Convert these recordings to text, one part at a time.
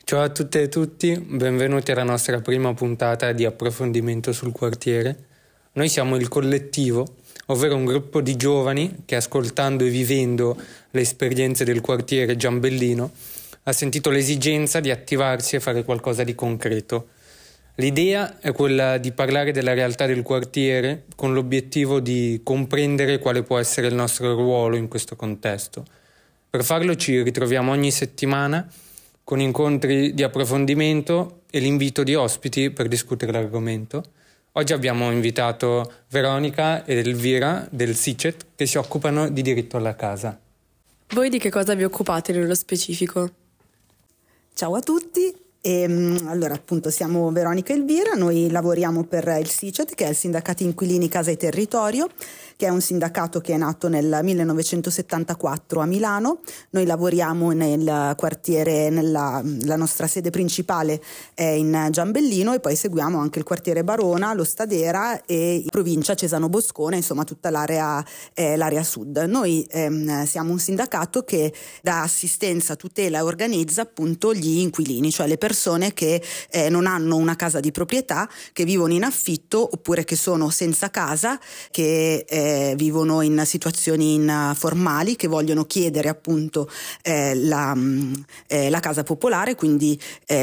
Ciao a tutte e tutti, benvenuti alla nostra prima puntata di approfondimento sul quartiere. Noi siamo il Collettivo, ovvero un gruppo di giovani che, ascoltando e vivendo le esperienze del quartiere Giambellino, ha sentito l'esigenza di attivarsi e fare qualcosa di concreto. L'idea è quella di parlare della realtà del quartiere con l'obiettivo di comprendere quale può essere il nostro ruolo in questo contesto. Per farlo ci ritroviamo ogni settimana con incontri di approfondimento e l'invito di ospiti per discutere l'argomento. Oggi abbiamo invitato Veronica ed Elvira del SICET che si occupano di diritto alla casa. Voi di che cosa vi occupate nello specifico? Ciao a tutti. Allora appunto siamo Veronica e Elvira, noi lavoriamo per il SICET, che è il Sindacato Inquilini Casa e Territorio, che è un sindacato che è nato nel 1974 a Milano. Noi lavoriamo nel quartiere, la nostra sede principale è in Giambellino e poi seguiamo anche il quartiere Barona, lo Stadera e provincia Cesano Boscone, insomma tutta l'area sud. Noi siamo un sindacato che dà assistenza, tutela e organizza appunto gli inquilini, cioè le persone che non hanno una casa di proprietà, che vivono in affitto oppure che sono senza casa, che vivono in situazioni informali, che vogliono chiedere appunto la casa popolare. Quindi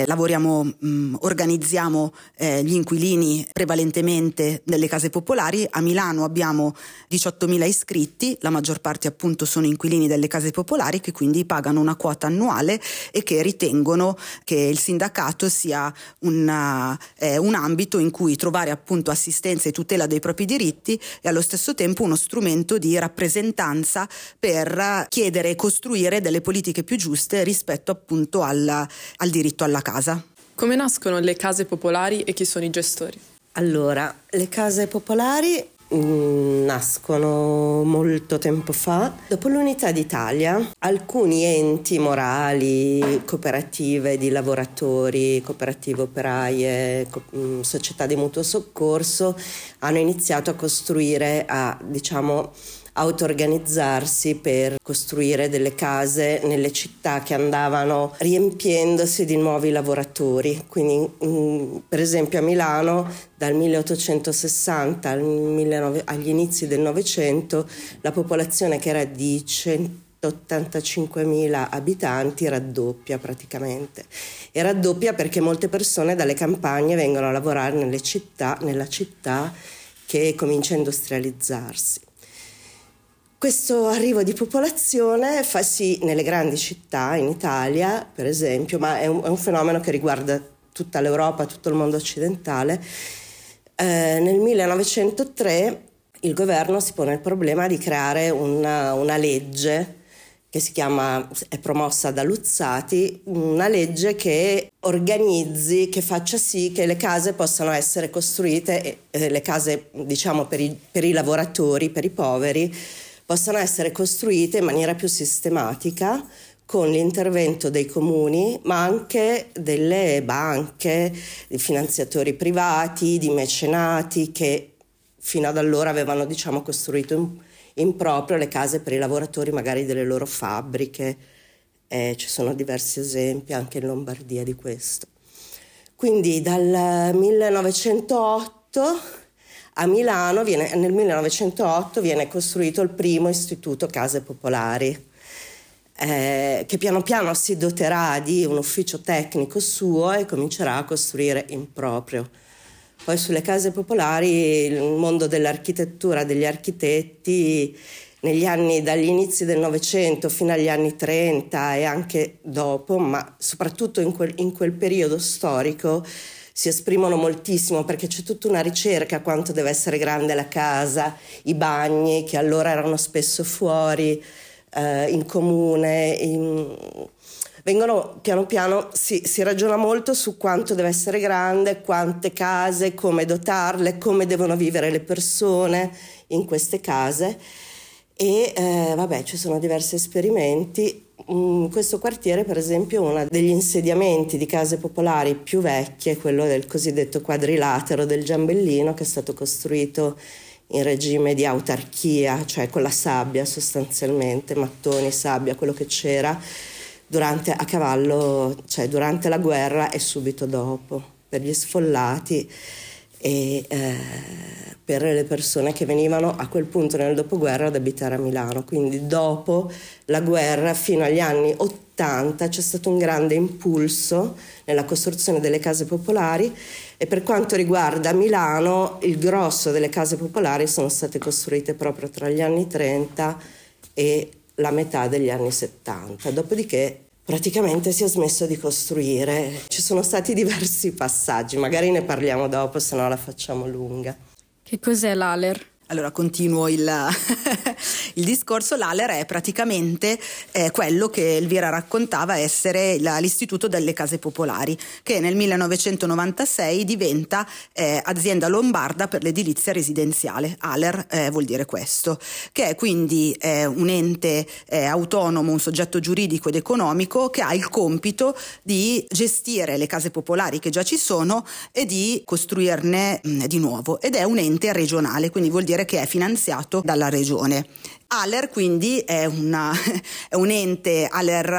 organizziamo gli inquilini prevalentemente nelle case popolari. A Milano abbiamo 18.000 iscritti, la maggior parte appunto sono inquilini delle case popolari che quindi pagano una quota annuale e che ritengono che il sindacato sia un ambito in cui trovare appunto assistenza e tutela dei propri diritti e allo stesso tempo uno strumento di rappresentanza per chiedere e costruire delle politiche più giuste rispetto appunto al diritto alla casa. Come nascono le case popolari e chi sono i gestori? Allora, le case popolari nascono molto tempo fa. Dopo l'unità d'Italia, alcuni enti morali, cooperative di lavoratori, cooperative operaie, società di mutuo soccorso hanno iniziato a costruire, auto-organizzarsi per costruire delle case nelle città che andavano riempiendosi di nuovi lavoratori. Quindi per esempio a Milano dal 1860 agli inizi del Novecento la popolazione, che era di 185.000 abitanti, raddoppia praticamente. E raddoppia perché molte persone dalle campagne vengono a lavorare nella città che comincia a industrializzarsi. Questo arrivo di popolazione fa sì nelle grandi città in Italia, per esempio, ma è un fenomeno che riguarda tutta l'Europa, tutto il mondo occidentale. Nel 1903 il governo si pone il problema di creare una legge che è promossa da Luzzati, una legge che organizzi, che faccia sì che le case possano essere costruite, le case diciamo per i lavoratori, per i poveri, possano essere costruite in maniera più sistematica con l'intervento dei comuni, ma anche delle banche, di finanziatori privati, di mecenati che fino ad allora avevano costruito in proprio le case per i lavoratori magari delle loro fabbriche. Ci sono diversi esempi anche in Lombardia di questo. Quindi dal 1908 a Milano nel 1908 viene costruito il primo istituto case popolari, che piano piano si doterà di un ufficio tecnico suo e comincerà a costruire in proprio. Poi sulle case popolari il mondo dell'architettura, degli architetti, negli anni dagli inizi del Novecento fino agli anni 30 e anche dopo, ma soprattutto in quel periodo storico, si esprimono moltissimo perché c'è tutta una ricerca quanto deve essere grande la casa, i bagni che allora erano spesso fuori, in comune, vengono piano piano, si ragiona molto su quanto deve essere grande, quante case, come dotarle, come devono vivere le persone in queste case e ci sono diversi esperimenti. In questo quartiere, per esempio, uno degli insediamenti di case popolari più vecchie è quello del cosiddetto quadrilatero del Giambellino, che è stato costruito in regime di autarchia, cioè con la sabbia sostanzialmente, mattoni, sabbia, quello che c'era, durante la guerra e subito dopo, per gli sfollati e per le persone che venivano a quel punto nel dopoguerra ad abitare a Milano. Quindi dopo la guerra fino agli anni 80 c'è stato un grande impulso nella costruzione delle case popolari, e per quanto riguarda Milano il grosso delle case popolari sono state costruite proprio tra gli anni 30 e la metà degli anni 70, dopodiché praticamente si è smesso di costruire. Ci sono stati diversi passaggi, magari ne parliamo dopo, se no la facciamo lunga. Che cos'è l'ALER? Allora continuo il discorso. L'ALER è praticamente quello che Elvira raccontava essere l'istituto delle case popolari, che nel 1996 diventa azienda lombarda per l'edilizia residenziale. ALER vuol dire questo, che è quindi un ente autonomo, un soggetto giuridico ed economico che ha il compito di gestire le case popolari che già ci sono e di costruirne di nuovo, ed è un ente regionale, quindi vuol dire che è finanziato dalla regione. ALER quindi è un ente,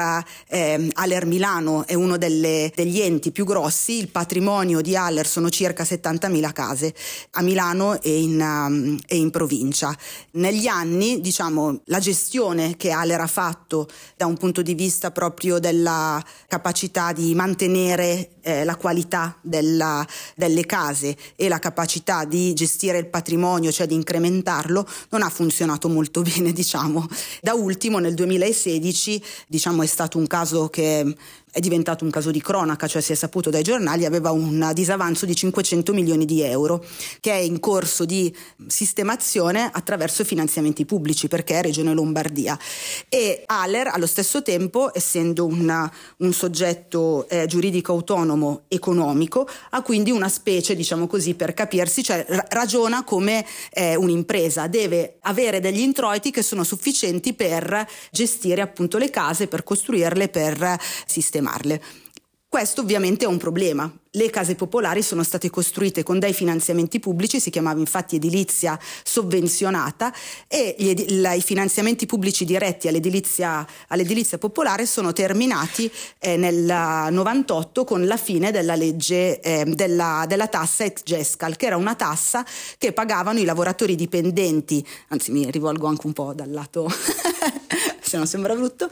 ALER Milano è uno degli enti più grossi. Il patrimonio di ALER sono circa 70.000 case a Milano e in provincia. Negli anni, diciamo, la gestione che ALER ha fatto da un punto di vista proprio della capacità di mantenere la qualità delle case e la capacità di gestire il patrimonio, cioè di incrementarlo, non ha funzionato molto bene, diciamo. Da ultimo nel 2016, diciamo, è stato un caso che è diventato un caso di cronaca, cioè si è saputo dai giornali, aveva un disavanzo di 500 milioni di euro che è in corso di sistemazione attraverso finanziamenti pubblici, perché è Regione Lombardia. E ALER allo stesso tempo, essendo un soggetto giuridico autonomo economico, ha quindi una specie, diciamo così, per capirsi, cioè ragiona come un'impresa, deve avere degli introiti che sono sufficienti per gestire appunto le case, per costruirle, per sistemarle. Questo ovviamente è un problema. Le case popolari sono state costruite con dei finanziamenti pubblici, si chiamava infatti edilizia sovvenzionata, e i finanziamenti pubblici diretti all'edilizia popolare sono terminati nel 98 con la fine della legge della tassa ex Gescal, che era una tassa che pagavano i lavoratori dipendenti, anzi mi rivolgo anche un po' dal lato se non sembra brutto,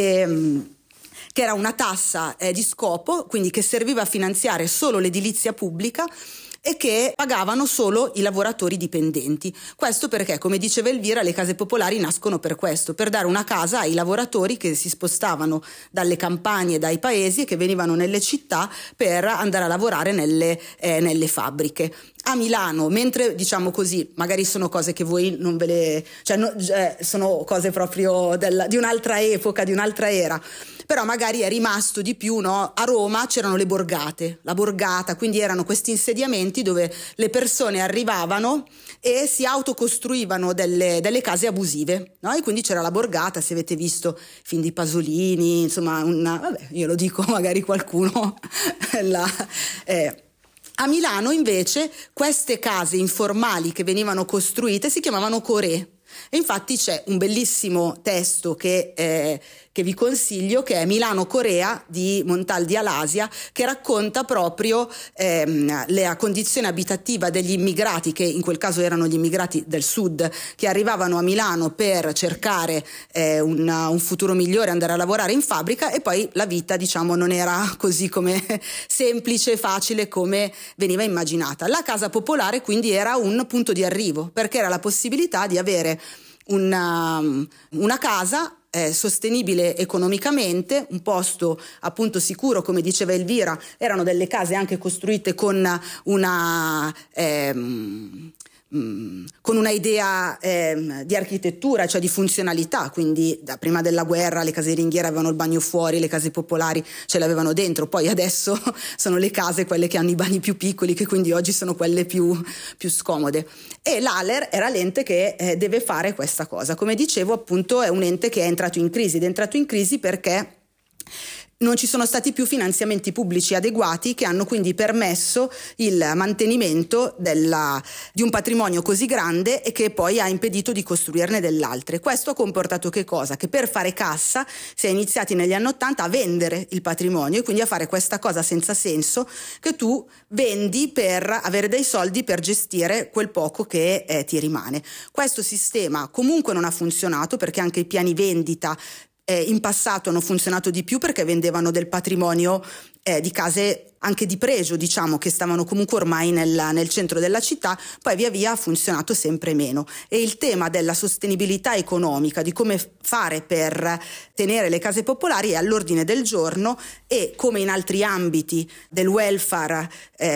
che era una tassa di scopo, quindi che serviva a finanziare solo l'edilizia pubblica e che pagavano solo i lavoratori dipendenti. Questo perché, come diceva Elvira, le case popolari nascono per questo, per dare una casa ai lavoratori che si spostavano dalle campagne e dai paesi e che venivano nelle città per andare a lavorare nelle fabbriche. A Milano, mentre diciamo così, magari sono cose che voi non ve le... sono cose proprio di un'altra epoca, di un'altra era, però magari è rimasto di più, no? A Roma c'erano le borgate, la borgata, quindi erano questi insediamenti dove le persone arrivavano e si autocostruivano delle case abusive, no? E quindi c'era la borgata, se avete visto film di Pasolini, insomma, vabbè, io lo dico, magari qualcuno A Milano invece queste case informali che venivano costruite si chiamavano coré. E infatti c'è un bellissimo testo che vi consiglio, che è Milano Corea di Montaldi Alasia, che racconta proprio la condizione abitativa degli immigrati, che in quel caso erano gli immigrati del sud, che arrivavano a Milano per cercare un futuro migliore, andare a lavorare in fabbrica, e poi la vita, diciamo, non era così come semplice e facile come veniva immaginata. La casa popolare quindi era un punto di arrivo, perché era la possibilità di avere una casa sostenibile economicamente, un posto appunto sicuro, come diceva Elvira. Erano delle case anche costruite con una idea di architettura, cioè di funzionalità, quindi prima della guerra le case ringhiere avevano il bagno fuori, le case popolari ce l'avevano dentro, poi adesso sono le case quelle che hanno i bagni più piccoli, che quindi oggi sono quelle più scomode. E l'ALER era l'ente che deve fare questa cosa. Come dicevo, appunto, è un ente che è entrato in crisi, ed è entrato in crisi perché non ci sono stati più finanziamenti pubblici adeguati che hanno quindi permesso il mantenimento di un patrimonio così grande e che poi ha impedito di costruirne dell'altre. Questo ha comportato che cosa? Che per fare cassa si è iniziati negli anni '80 a vendere il patrimonio e quindi a fare questa cosa senza senso che tu vendi per avere dei soldi per gestire quel poco che ti rimane. Questo sistema comunque non ha funzionato perché anche i piani vendita in passato hanno funzionato di più perché vendevano del patrimonio di case anche di pregio, diciamo, che stavano comunque ormai nel centro della città, poi via via ha funzionato sempre meno. E il tema della sostenibilità economica, di come fare per tenere le case popolari è all'ordine del giorno e come in altri ambiti del welfare,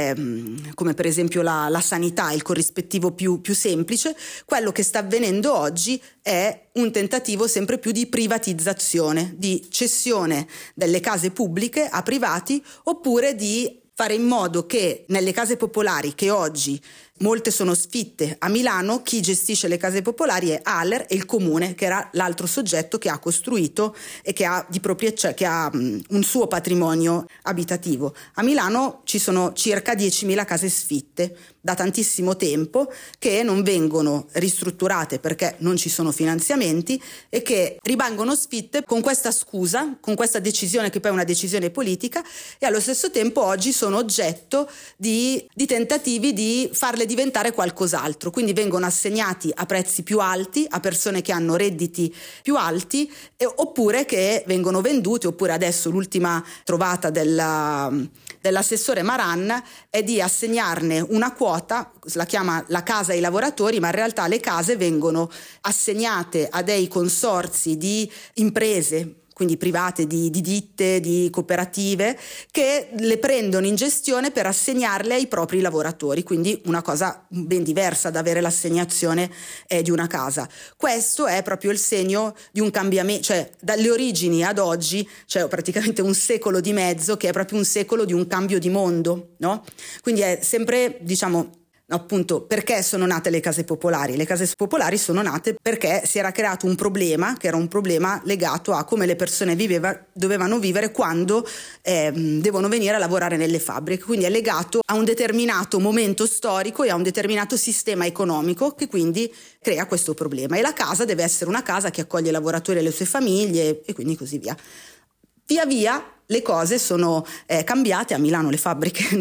come per esempio la sanità, il corrispettivo più semplice, quello che sta avvenendo oggi è un tentativo sempre più di privatizzazione, di cessione delle case pubbliche a privati oppure di fare in modo che nelle case popolari, che oggi molte sono sfitte a Milano, chi gestisce le case popolari è ALER e il comune, che era l'altro soggetto che ha costruito e che ha che ha un suo patrimonio abitativo. A Milano ci sono circa 10.000 case sfitte da tantissimo tempo che non vengono ristrutturate perché non ci sono finanziamenti e che rimangono sfitte con questa scusa, con questa decisione che poi è una decisione politica, e allo stesso tempo oggi sono oggetto di tentativi di farle diventare qualcos'altro, quindi vengono assegnati a prezzi più alti a persone che hanno redditi più alti oppure che vengono venduti, oppure adesso l'ultima trovata dell'assessore Maran è di assegnarne una quota, la chiama la casa ai lavoratori, ma in realtà le case vengono assegnate a dei consorzi di imprese, quindi private, di ditte, di cooperative, che le prendono in gestione per assegnarle ai propri lavoratori, quindi una cosa ben diversa da avere l'assegnazione di una casa. Questo è proprio il segno di un cambiamento, cioè dalle origini ad oggi c'è praticamente un secolo di mezzo che è proprio un secolo di un cambio di mondo, no? Quindi è sempre, diciamo, appunto, perché sono nate le case popolari? Le case popolari sono nate perché si era creato un problema, che era un problema legato a come le persone dovevano vivere quando devono venire a lavorare nelle fabbriche, quindi è legato a un determinato momento storico e a un determinato sistema economico che quindi crea questo problema, e la casa deve essere una casa che accoglie i lavoratori e le sue famiglie e quindi così via. Via via le cose sono cambiate. A Milano le fabbriche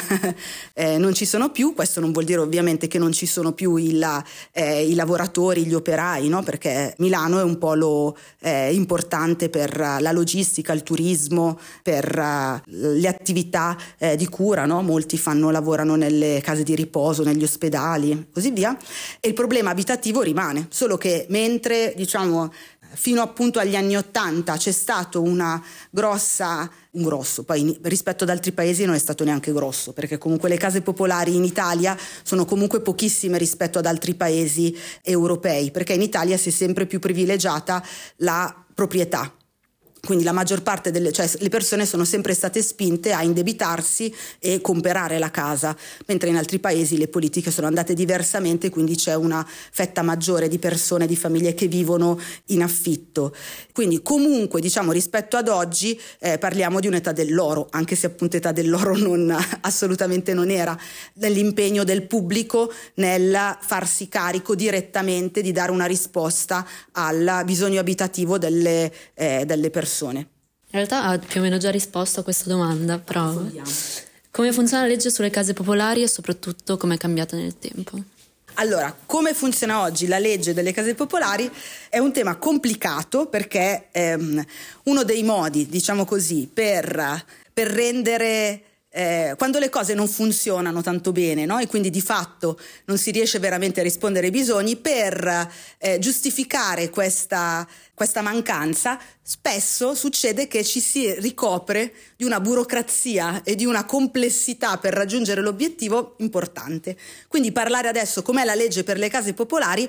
non ci sono più. Questo non vuol dire ovviamente che non ci sono più i lavoratori, gli operai, no? Perché Milano è un polo importante per la logistica, il turismo, per le attività di cura, no? Molti lavorano nelle case di riposo, negli ospedali e così via, e il problema abitativo rimane, solo che mentre, diciamo, fino appunto agli anni '80 c'è stato un grosso, poi rispetto ad altri paesi non è stato neanche grosso, perché comunque le case popolari in Italia sono comunque pochissime rispetto ad altri paesi europei, perché in Italia si è sempre più privilegiata la proprietà. Quindi la maggior parte le persone sono sempre state spinte a indebitarsi e comprare la casa, mentre in altri paesi le politiche sono andate diversamente, quindi c'è una fetta maggiore di persone, di famiglie che vivono in affitto. Quindi comunque, diciamo, rispetto ad oggi parliamo di un'età dell'oro, anche se appunto età dell'oro assolutamente non era, dell'impegno del pubblico nel farsi carico direttamente di dare una risposta al bisogno abitativo delle persone. In realtà ha più o meno già risposto a questa domanda, però come funziona la legge sulle case popolari e soprattutto come è cambiata nel tempo? Allora, come funziona oggi la legge delle case popolari è un tema complicato, perché uno dei modi, diciamo così, per rendere quando le cose non funzionano tanto bene, no? E quindi di fatto non si riesce veramente a rispondere ai bisogni, per giustificare questa mancanza spesso succede che ci si ricopre di una burocrazia e di una complessità per raggiungere l'obiettivo importante. Quindi parlare adesso com'è la legge per le case popolari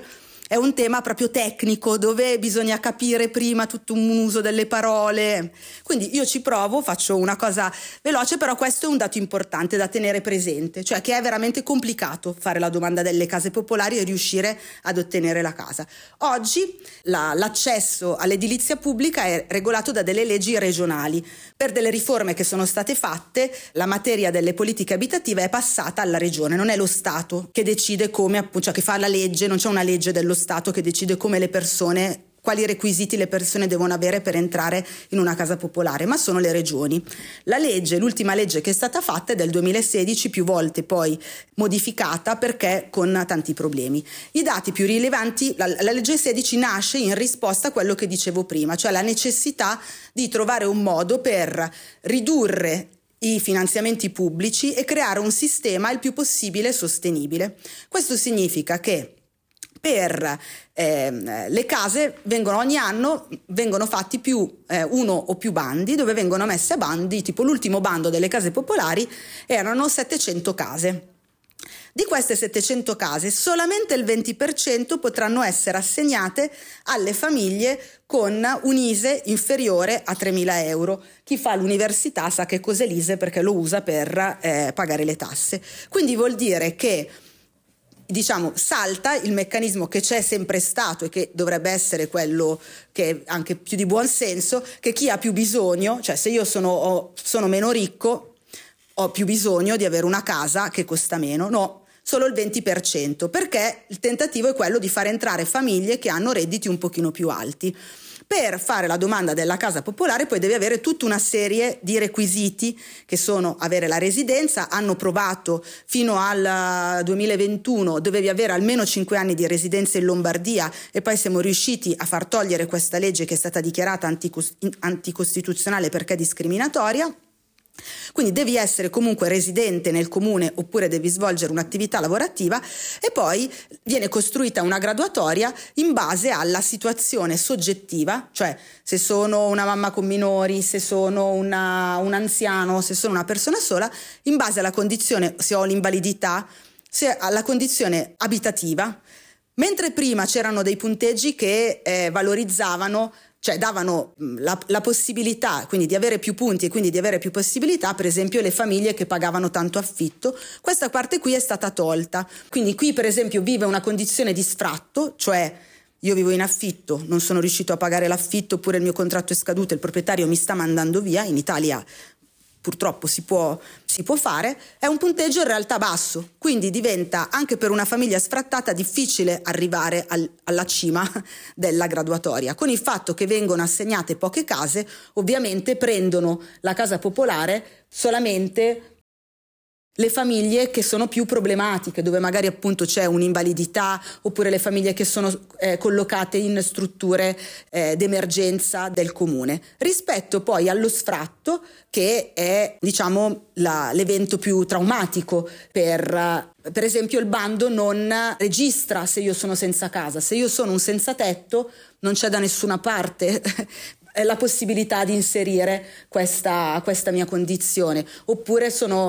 è un tema proprio tecnico, dove bisogna capire prima tutto un uso delle parole. Quindi io ci provo, faccio una cosa veloce, però questo è un dato importante da tenere presente, cioè che è veramente complicato fare la domanda delle case popolari e riuscire ad ottenere la casa. Oggi l'accesso all'edilizia pubblica è regolato da delle leggi regionali. Per delle riforme che sono state fatte, la materia delle politiche abitative è passata alla regione, non è lo Stato che decide come, cioè che fa la legge, non c'è una legge dello Stato che decide come le persone, quali requisiti le persone devono avere per entrare in una casa popolare, ma sono le regioni. L'ultima legge che è stata fatta è del 2016, più volte poi modificata perché con tanti problemi. I dati più rilevanti, la legge 16 nasce in risposta a quello che dicevo prima, cioè la necessità di trovare un modo per ridurre i finanziamenti pubblici e creare un sistema il più possibile sostenibile. Questo significa che per le case ogni anno vengono fatti uno o più bandi, dove vengono messe a bandi, tipo l'ultimo bando delle case popolari erano 700 case. Di queste 700 case solamente il 20% potranno essere assegnate alle famiglie con un ISEE inferiore a 3.000 euro. Chi fa l'università sa che cos'è l'ISEE perché lo usa per pagare le tasse. Quindi vuol dire che salta il meccanismo che c'è sempre stato e che dovrebbe essere quello che è anche più di buon senso, che chi ha più bisogno, cioè se io sono meno ricco, ho più bisogno di avere una casa che costa meno. No, solo il 20%, perché il tentativo è quello di far entrare famiglie che hanno redditi un pochino più alti. Per fare la domanda della casa popolare poi devi avere tutta una serie di requisiti, che sono avere la residenza. Hanno provato fino al 2021, dovevi avere almeno 5 anni di residenza in Lombardia, e poi siamo riusciti a far togliere questa legge che è stata dichiarata anticostituzionale perché discriminatoria. Quindi devi essere comunque residente nel comune oppure devi svolgere un'attività lavorativa, e poi viene costruita una graduatoria in base alla situazione soggettiva, cioè se sono una mamma con minori, se sono un anziano, se sono una persona sola, in base alla condizione, se ho l'invalidità, se alla condizione abitativa. Mentre prima c'erano dei punteggi che valorizzavano, cioè davano la possibilità quindi di avere più punti e quindi di avere più possibilità, per esempio le famiglie che pagavano tanto affitto. Questa parte qui è stata tolta, quindi qui per esempio vive una condizione di sfratto, cioè io vivo in affitto, non sono riuscito a pagare l'affitto, oppure il mio contratto è scaduto, il proprietario mi sta mandando via. In Italia purtroppo si può fare, è un punteggio in realtà basso, quindi diventa anche per una famiglia sfrattata difficile arrivare alla cima della graduatoria. Con il fatto che vengono assegnate poche case, ovviamente prendono la casa popolare solamente le famiglie che sono più problematiche, dove magari appunto c'è un'invalidità, oppure le famiglie che sono collocate in strutture d'emergenza del comune, rispetto poi allo sfratto, che è l'evento più traumatico. Per esempio il bando non registra se io sono senza casa, se io sono un senza tetto non c'è da nessuna parte la possibilità di inserire questa mia condizione, oppure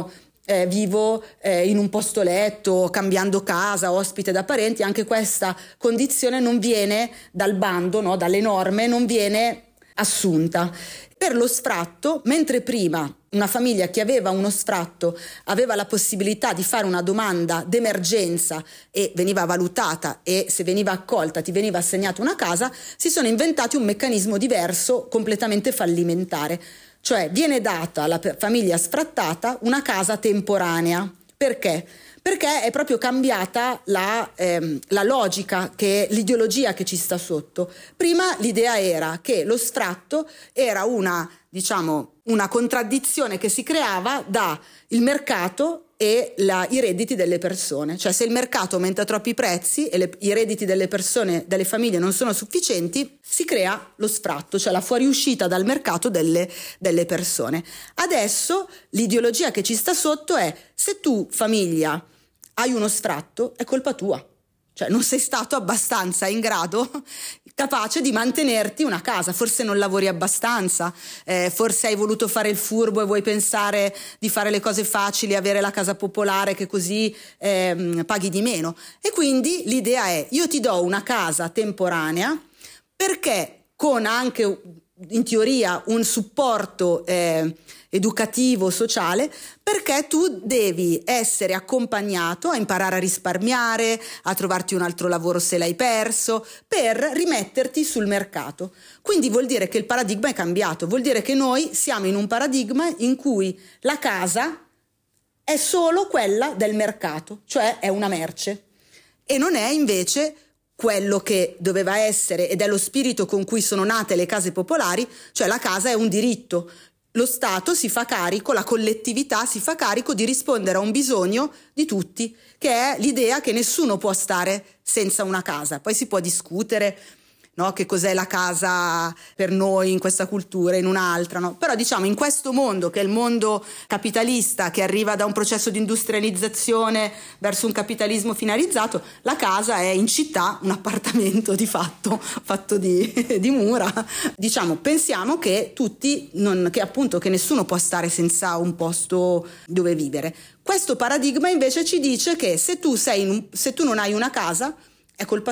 vivo in un posto letto, cambiando casa, ospite da parenti. Anche questa condizione non viene dal bando, no? Dalle norme non viene assunta. Per lo sfratto, mentre prima una famiglia che aveva uno sfratto aveva la possibilità di fare una domanda d'emergenza e veniva valutata, e se veniva accolta ti veniva assegnata una casa, si sono inventati un meccanismo diverso, completamente fallimentare. Cioè viene data alla famiglia sfrattata una casa temporanea. Perché? Perché è proprio cambiata la logica, l'ideologia che ci sta sotto. Prima l'idea era che lo sfratto era una contraddizione che si creava da il mercato e i redditi delle persone. Cioè se il mercato aumenta troppo i prezzi e i redditi delle persone, delle famiglie non sono sufficienti, si crea lo sfratto, cioè la fuoriuscita dal mercato delle persone. Adesso l'ideologia che ci sta sotto è: se tu famiglia hai uno sfratto è colpa tua, cioè non sei stato abbastanza in grado, capace di mantenerti una casa, forse non lavori abbastanza, forse hai voluto fare il furbo e vuoi pensare di fare le cose facili, avere la casa popolare che così paghi di meno. E quindi l'idea è: io ti do una casa temporanea perché con anche in teoria un supporto educativo, sociale, perché tu devi essere accompagnato a imparare a risparmiare, a trovarti un altro lavoro se l'hai perso, per rimetterti sul mercato. Quindi vuol dire che il paradigma è cambiato, vuol dire che noi siamo in un paradigma in cui la casa è solo quella del mercato, cioè è una merce, e non è invece quello che doveva essere, ed è lo spirito con cui sono nate le case popolari, cioè la casa è un diritto. Lo Stato si fa carico, la collettività si fa carico di rispondere a un bisogno di tutti, che è l'idea che nessuno può stare senza una casa. Poi si può discutere, no, che cos'è la casa per noi in questa cultura, in un'altra, no? Però diciamo, in questo mondo, che è il mondo capitalista, che arriva da un processo di industrializzazione verso un capitalismo finalizzato, la casa è in città un appartamento di fatto di mura. Diciamo, pensiamo che che nessuno può stare senza un posto dove vivere. Questo paradigma invece ci dice che se tu non hai una casa, è colpa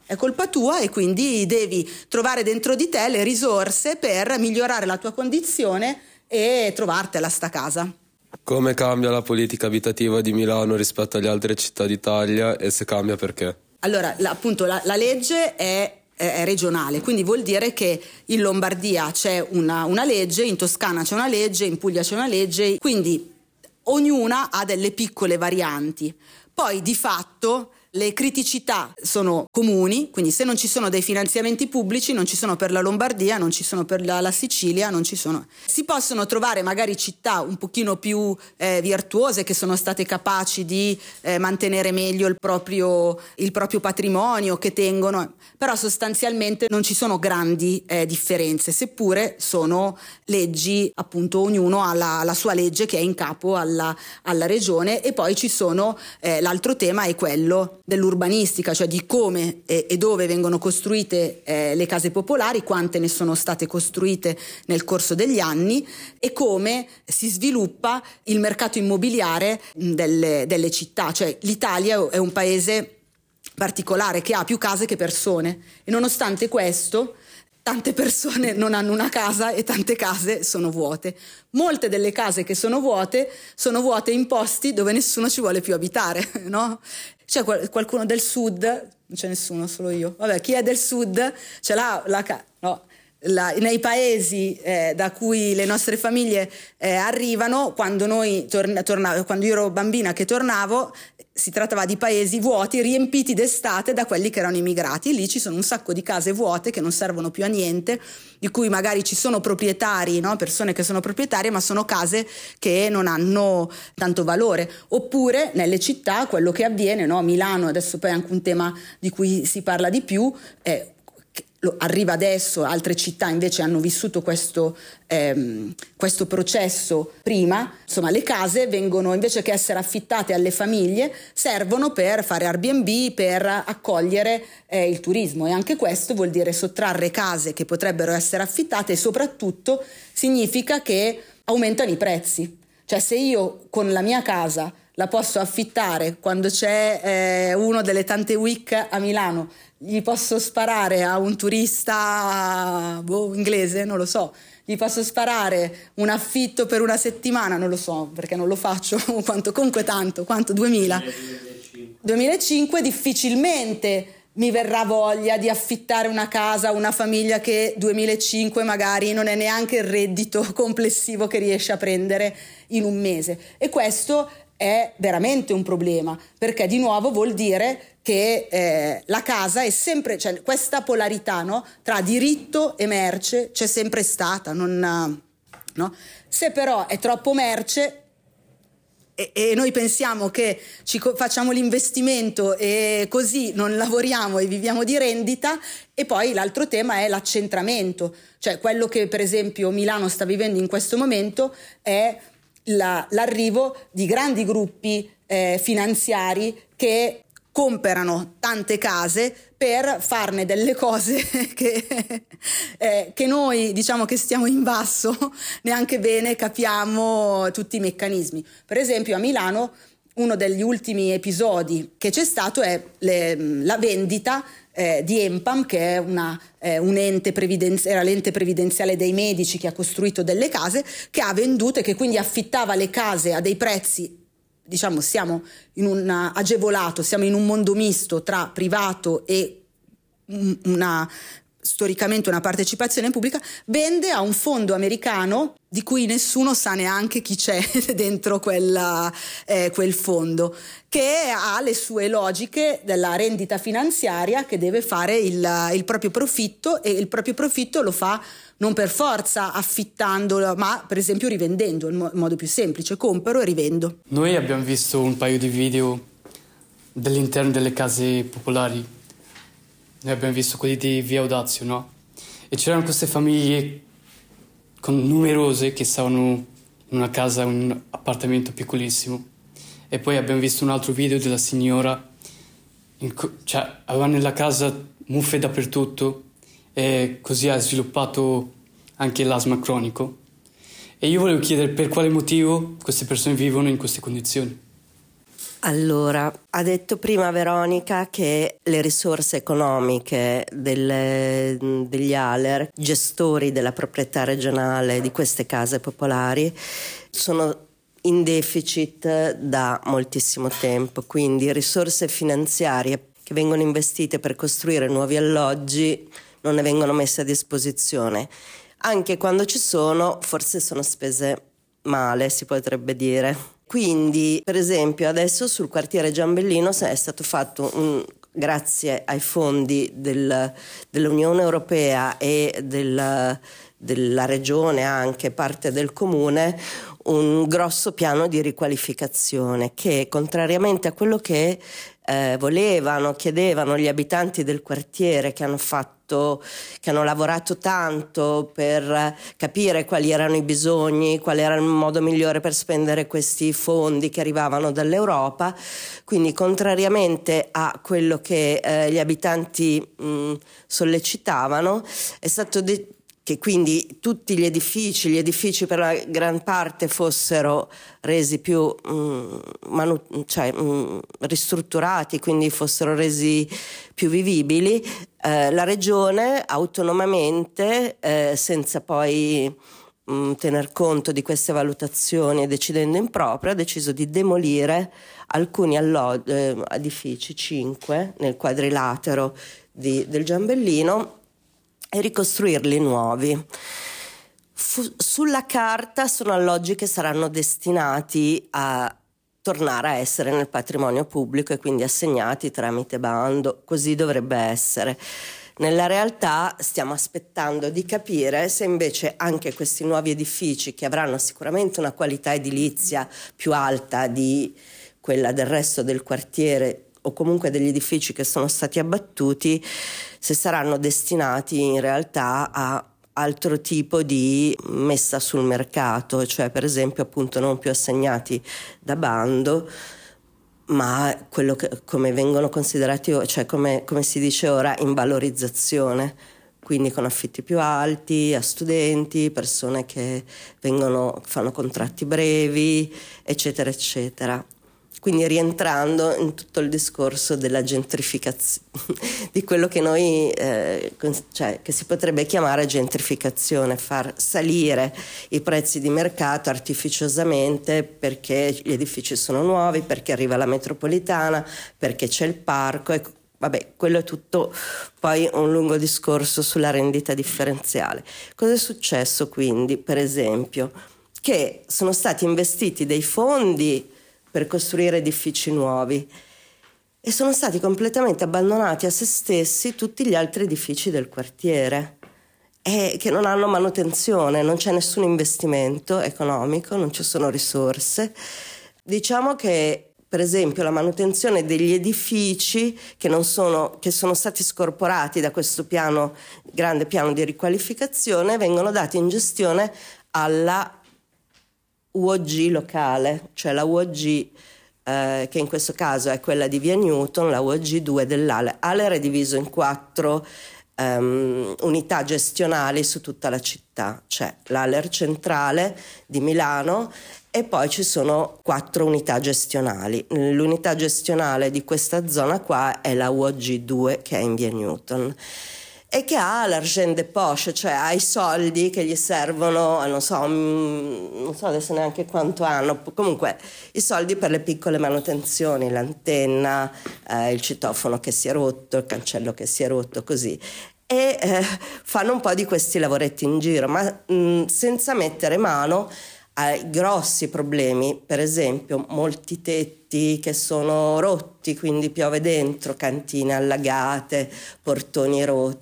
tua e quindi devi trovare dentro di te le risorse per migliorare la tua condizione e trovartela sta casa. Come cambia la politica abitativa di Milano rispetto alle altre città d'Italia, e se cambia perché? Allora, la legge è regionale, quindi vuol dire che in Lombardia c'è una legge, in Toscana c'è una legge, in Puglia c'è una legge, quindi ognuna ha delle piccole varianti. Poi di fatto le criticità sono comuni, quindi se non ci sono dei finanziamenti pubblici non ci sono per la Lombardia, non ci sono per la Sicilia, non ci sono. Si possono trovare magari città un pochino più virtuose, che sono state capaci di mantenere meglio il proprio patrimonio, che tengono, però sostanzialmente non ci sono grandi differenze, seppure sono leggi, appunto ognuno ha la sua legge che è in capo alla regione. E poi ci sono l'altro tema è quello dell'urbanistica, cioè di come e dove vengono costruite le case popolari, quante ne sono state costruite nel corso degli anni e come si sviluppa il mercato immobiliare delle città. Cioè l'Italia è un paese particolare che ha più case che persone, e nonostante questo tante persone non hanno una casa e tante case sono vuote. Molte delle case che sono vuote in posti dove nessuno ci vuole più abitare, no? C'è qualcuno del sud? Non c'è nessuno, solo io. Vabbè, chi è del sud ce l'ha no. Nei paesi da cui le nostre famiglie arrivano, quando quando io ero bambina che tornavo, si trattava di paesi vuoti, riempiti d'estate da quelli che erano immigrati. Lì ci sono un sacco di case vuote che non servono più a niente, di cui magari ci sono proprietari, no? Persone che sono proprietarie, ma sono case che non hanno tanto valore. Oppure nelle città quello che avviene, no? Milano adesso poi è anche un tema di cui si parla di più, arriva adesso, altre città invece hanno vissuto questo processo prima. Insomma, le case vengono, invece che essere affittate alle famiglie, servono per fare Airbnb, per accogliere il turismo, e anche questo vuol dire sottrarre case che potrebbero essere affittate, e soprattutto significa che aumentano i prezzi. Cioè, se io con la mia casa la posso affittare quando c'è uno delle tante week a Milano, gli posso sparare a un turista inglese, non lo so, gli posso sparare un affitto per una settimana, non lo so perché non lo faccio, comunque tanto, quanto? 2005 difficilmente mi verrà voglia di affittare una casa a una famiglia che 2005 magari non è neanche il reddito complessivo che riesce a prendere in un mese. E questo è veramente un problema, perché di nuovo vuol dire che la casa è sempre, cioè questa polarità, no, tra diritto e merce c'è sempre stata, no? Se però è troppo merce e noi pensiamo che facciamo l'investimento e così non lavoriamo e viviamo di rendita. E poi l'altro tema è l'accentramento, cioè quello che per esempio Milano sta vivendo in questo momento è l'arrivo di grandi gruppi finanziari che comprano tante case per farne delle cose che noi, diciamo, che stiamo in basso neanche bene capiamo tutti i meccanismi. Per esempio a Milano uno degli ultimi episodi che c'è stato è la vendita di Empam, che è un ente era l'ente previdenziale dei medici che ha costruito delle case, che ha venduto e che quindi affittava le case a dei prezzi, diciamo, siamo in un mondo misto tra privato e storicamente una partecipazione pubblica, vende a un fondo americano di cui nessuno sa neanche chi c'è dentro quel fondo, che ha le sue logiche della rendita finanziaria, che deve fare il proprio profitto, e il proprio profitto lo fa non per forza affittandolo, ma per esempio rivendendo, il modo più semplice: compro e rivendo. Noi abbiamo visto un paio di video dell'interno delle case popolari. Noi abbiamo visto quelli di Via Audazio, no? E c'erano queste famiglie numerose che stavano in una casa, un appartamento piccolissimo. E poi abbiamo visto un altro video della signora, aveva nella casa muffe dappertutto, e così ha sviluppato anche l'asma cronico. E io volevo chiedere per quale motivo queste persone vivono in queste condizioni. Allora, ha detto prima Veronica che le risorse economiche degli ALER, gestori della proprietà regionale di queste case popolari, sono in deficit da moltissimo tempo, quindi risorse finanziarie che vengono investite per costruire nuovi alloggi non ne vengono messe a disposizione. Anche quando ci sono, forse sono spese male, si potrebbe dire. Quindi, per esempio, adesso sul quartiere Giambellino è stato fatto, grazie ai fondi dell'Unione Europea e della regione, anche parte del comune, un grosso piano di riqualificazione che, contrariamente a quello che chiedevano gli abitanti del quartiere, che hanno lavorato tanto per capire quali erano i bisogni, qual era il modo migliore per spendere questi fondi che arrivavano dall'Europa. Quindi, contrariamente a quello che gli abitanti sollecitavano, è stato che quindi tutti gli edifici per la gran parte fossero resi più ristrutturati, quindi fossero resi più vivibili. La regione autonomamente, senza poi tener conto di queste valutazioni e decidendo in proprio, ha deciso di demolire alcuni edifici, 5 nel quadrilatero del Giambellino, e ricostruirli nuovi. Sulla carta sono alloggi che saranno destinati a tornare a essere nel patrimonio pubblico e quindi assegnati tramite bando, così dovrebbe essere. Nella realtà stiamo aspettando di capire se invece anche questi nuovi edifici, che avranno sicuramente una qualità edilizia più alta di quella del resto del quartiere, o comunque degli edifici che sono stati abbattuti, se saranno destinati in realtà a altro tipo di messa sul mercato, cioè per esempio appunto non più assegnati da bando, ma quello che, come vengono considerati, cioè come si dice ora, in valorizzazione, quindi con affitti più alti a studenti, persone che fanno contratti brevi, eccetera eccetera. Quindi rientrando in tutto il discorso della gentrificazione, di quello che noi, che si potrebbe chiamare gentrificazione, far salire i prezzi di mercato artificiosamente perché gli edifici sono nuovi, perché arriva la metropolitana, perché c'è il parco. E, vabbè, quello è tutto poi un lungo discorso sulla rendita differenziale. Cosa è successo quindi? Per esempio, che sono stati investiti dei fondi per costruire edifici nuovi e sono stati completamente abbandonati a se stessi tutti gli altri edifici del quartiere, e che non hanno manutenzione, non c'è nessun investimento economico, non ci sono risorse. Diciamo che per esempio la manutenzione degli edifici che sono stati scorporati da questo grande piano di riqualificazione, vengono dati in gestione alla UOG locale, cioè la UOG che in questo caso è quella di Via Newton, la UOG2 dell'Aler. Aler è diviso in 4 unità gestionali su tutta la città. C'è l'Aler centrale di Milano e poi ci sono 4 unità gestionali. L'unità gestionale di questa zona qua è la UOG2, che è in Via Newton, e che ha l'argent de poche, cioè ha i soldi che gli servono, non so adesso neanche quanto hanno, comunque i soldi per le piccole manutenzioni, l'antenna, il citofono che si è rotto, il cancello che si è rotto, così. E fanno un po' di questi lavoretti in giro, ma senza mettere mano ai grossi problemi, per esempio molti tetti che sono rotti, quindi piove dentro, cantine allagate, portoni rotti.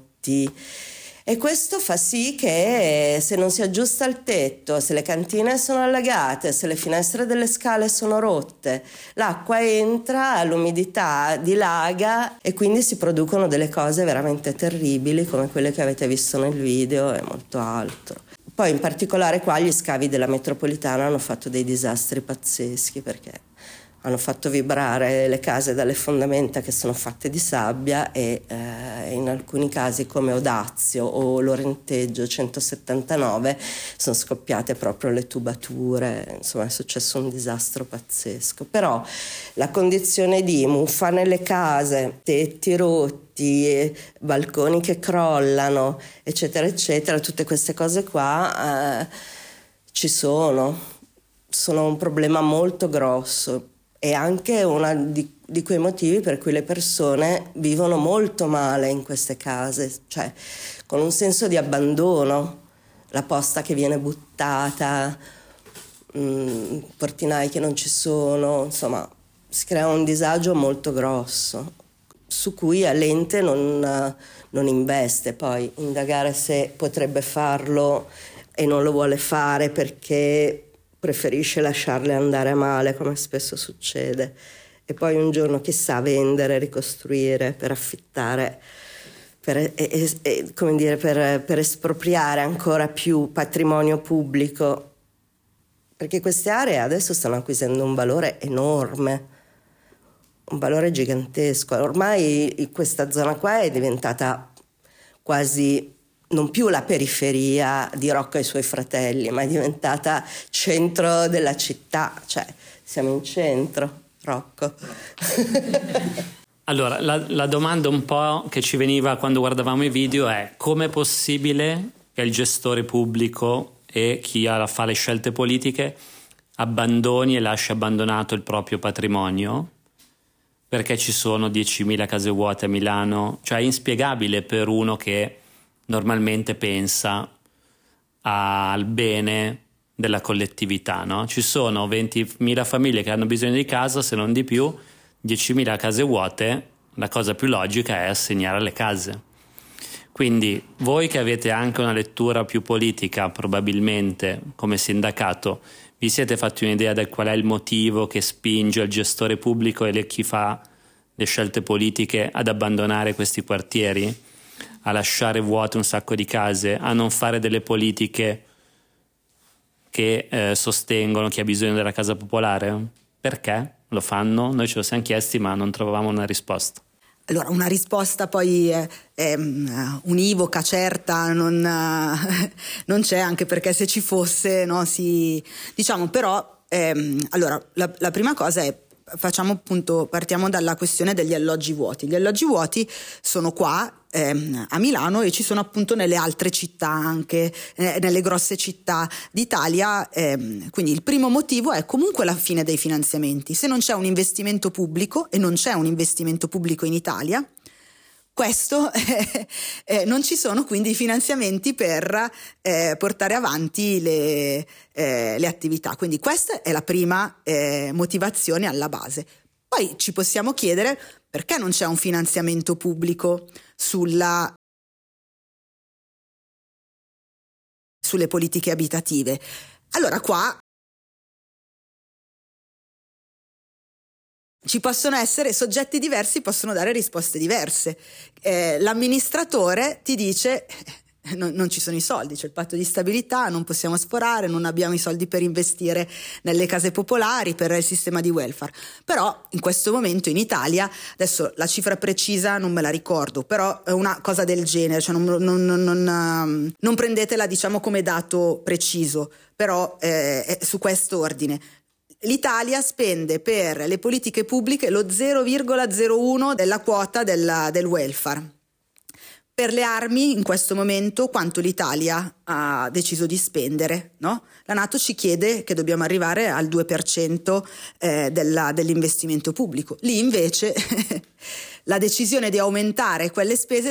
E questo fa sì che se non si aggiusta il tetto, se le cantine sono allagate, se le finestre delle scale sono rotte, l'acqua entra, l'umidità dilaga e quindi si producono delle cose veramente terribili come quelle che avete visto nel video e molto altro. Poi in particolare qua gli scavi della metropolitana hanno fatto dei disastri pazzeschi, perché hanno fatto vibrare le case dalle fondamenta che sono fatte di sabbia e in alcuni casi come Odazio o Lorenteggio 179 sono scoppiate proprio le tubature, insomma è successo un disastro pazzesco. Però la condizione di muffa nelle case, tetti rotti, balconi che crollano, eccetera eccetera, tutte queste cose qua ci sono un problema molto grosso. È anche uno di quei motivi per cui le persone vivono molto male in queste case, cioè con un senso di abbandono, la posta che viene buttata, portinai che non ci sono, insomma si crea un disagio molto grosso su cui l'ente non investe. Poi indagare se potrebbe farlo e non lo vuole fare perché preferisce lasciarle andare male, come spesso succede, e poi un giorno chissà vendere, ricostruire per affittare, per espropriare ancora più patrimonio pubblico, perché queste aree adesso stanno acquisendo un valore enorme, un valore gigantesco. Ormai questa zona qua è diventata quasi non più la periferia di Rocco e i suoi fratelli, ma è diventata centro della città, cioè siamo in centro, Rocco. Allora, la domanda un po' che ci veniva quando guardavamo i video è: com'è possibile che il gestore pubblico e chi fa le scelte politiche abbandoni e lasci abbandonato il proprio patrimonio? Perché ci sono 10.000 case vuote a Milano? Cioè è inspiegabile per uno che normalmente pensa al bene della collettività, no? Ci sono 20.000 famiglie che hanno bisogno di casa, se non di più, 10.000 case vuote, la cosa più logica è assegnare le case. Quindi voi che avete anche una lettura più politica, probabilmente come sindacato, vi siete fatti un'idea di qual è il motivo che spinge il gestore pubblico e chi fa le scelte politiche ad abbandonare questi quartieri? A lasciare vuote un sacco di case, a non fare delle politiche che sostengono chi ha bisogno della casa popolare? Perché lo fanno? Noi ce lo siamo chiesti ma non trovavamo una risposta. Allora, una risposta poi univoca, certa, non c'è, anche perché se ci fosse, no, diciamo, però, allora, la prima cosa è, partiamo dalla questione degli alloggi vuoti. Gli alloggi vuoti sono qua a Milano e ci sono appunto nelle altre città, anche nelle grosse città d'Italia, quindi il primo motivo è comunque la fine dei finanziamenti. Se non c'è un investimento pubblico, e non c'è un investimento pubblico in Italia, questo non ci sono quindi i finanziamenti per portare avanti le attività. Quindi questa è la prima motivazione alla base. Poi ci possiamo chiedere perché non c'è un finanziamento pubblico sulle politiche abitative. Allora qua ci possono essere soggetti diversi, possono dare risposte diverse. L'amministratore ti dice non ci sono i soldi, c'è il patto di stabilità, non possiamo sforare, non abbiamo i soldi per investire nelle case popolari, per il sistema di welfare. Però in questo momento in Italia, adesso la cifra precisa non me la ricordo, però è una cosa del genere, cioè non prendetela diciamo come dato preciso, però è su questo ordine. L'Italia spende per le politiche pubbliche lo 0,01 della quota del welfare. Per le armi in questo momento quanto l'Italia ha deciso di spendere, no? La NATO ci chiede che dobbiamo arrivare al 2% dell'investimento pubblico. Lì invece la decisione di aumentare quelle spese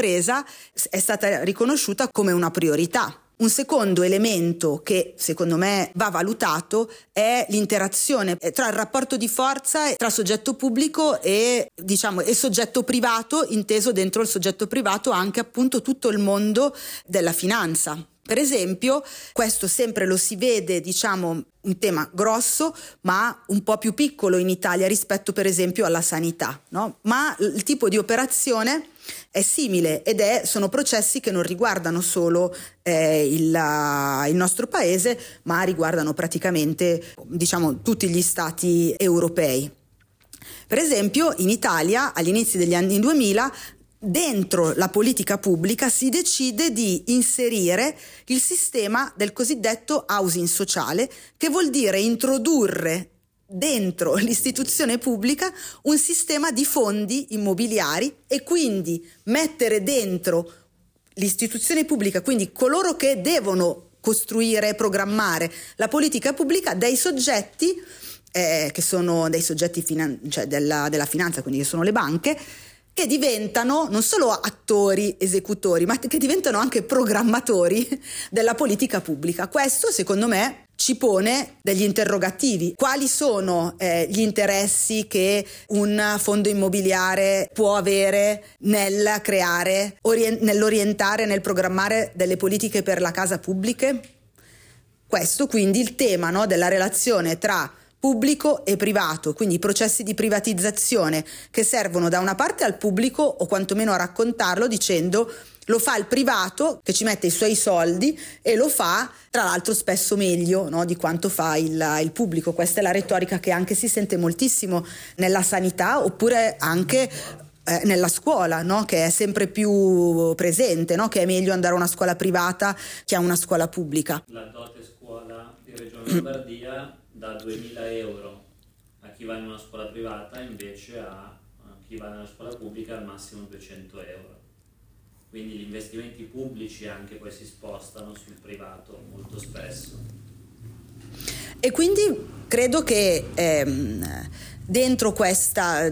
è stata riconosciuta come una priorità. Un secondo elemento che secondo me va valutato è l'interazione tra il rapporto di forza tra soggetto pubblico e soggetto privato, inteso dentro il soggetto privato anche appunto tutto il mondo della finanza. Per esempio, questo sempre lo si vede, un tema grosso, ma un po' più piccolo in Italia rispetto per esempio alla sanità, no? Ma il tipo di operazione è simile sono processi che non riguardano solo il nostro paese, ma riguardano praticamente tutti gli stati europei. Per esempio in Italia all'inizio degli anni 2000 dentro la politica pubblica si decide di inserire il sistema del cosiddetto housing sociale, che vuol dire introdurre dentro l'istituzione pubblica un sistema di fondi immobiliari e quindi mettere dentro l'istituzione pubblica, quindi coloro che devono costruire e programmare la politica pubblica, dei soggetti che sono dei soggetti della finanza, quindi che sono le banche, che diventano non solo attori esecutori, ma che diventano anche programmatori della politica pubblica. Questo, secondo me, ci pone degli interrogativi. Quali sono gli interessi che un fondo immobiliare può avere nel creare, nell'orientare, nel programmare delle politiche per la casa pubbliche? Questo quindi il tema, no, della relazione tra pubblico e privato, quindi i processi di privatizzazione che servono da una parte al pubblico o quantomeno a raccontarlo dicendo lo fa il privato che ci mette i suoi soldi e lo fa tra l'altro spesso meglio, no, di quanto fa il pubblico. Questa è la retorica che anche si sente moltissimo nella sanità oppure anche nella scuola, no? Che è sempre più presente, no? Che è meglio andare a una scuola privata che a una scuola pubblica. La dote scuola di Regione Lombardia da 2.000 euro a chi va in una scuola privata, invece a chi va nella scuola pubblica al massimo 200 euro. Quindi gli investimenti pubblici anche poi si spostano sul privato molto spesso. E quindi credo che dentro questa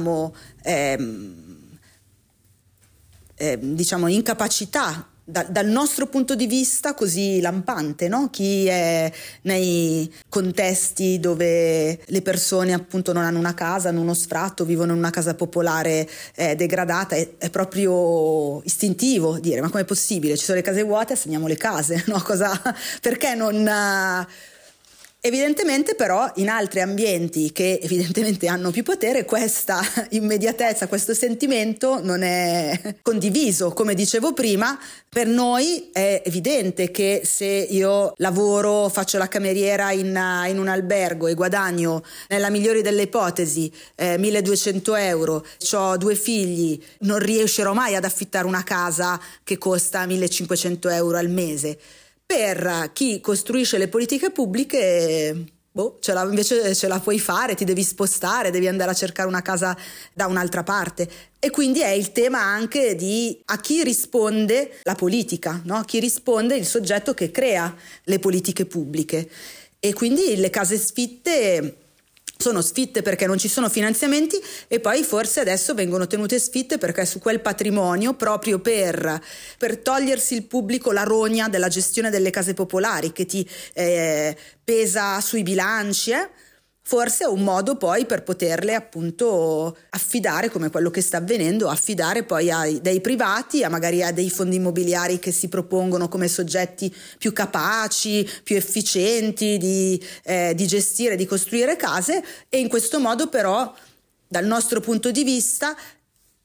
incapacità dal nostro punto di vista così lampante, no? Chi è nei contesti dove le persone appunto non hanno una casa, hanno uno sfratto, vivono in una casa popolare degradata, è proprio istintivo dire ma com'è possibile? Ci sono le case vuote, assegniamo le case, no? Perché non... Evidentemente però in altri ambienti che evidentemente hanno più potere questa immediatezza, questo sentimento non è condiviso. Come dicevo prima, per noi è evidente che se io lavoro, faccio la cameriera in un albergo e guadagno nella migliore delle ipotesi 1.200 euro, ho 2 figli, non riuscirò mai ad affittare una casa che costa 1.500 euro al mese. Per chi costruisce le politiche pubbliche, invece ce la puoi fare, ti devi spostare, devi andare a cercare una casa da un'altra parte. E quindi è il tema anche di a chi risponde la politica, no? A chi risponde il soggetto che crea le politiche pubbliche. E quindi le case sfitte sono sfitte perché non ci sono finanziamenti e poi forse adesso vengono tenute sfitte perché su quel patrimonio, proprio per togliersi il pubblico la rogna della gestione delle case popolari che ti pesa sui bilanci, forse è un modo poi per poterle appunto affidare, come quello che sta avvenendo, affidare poi a dei privati, magari a dei fondi immobiliari che si propongono come soggetti più capaci, più efficienti di gestire, di costruire case, e in questo modo però dal nostro punto di vista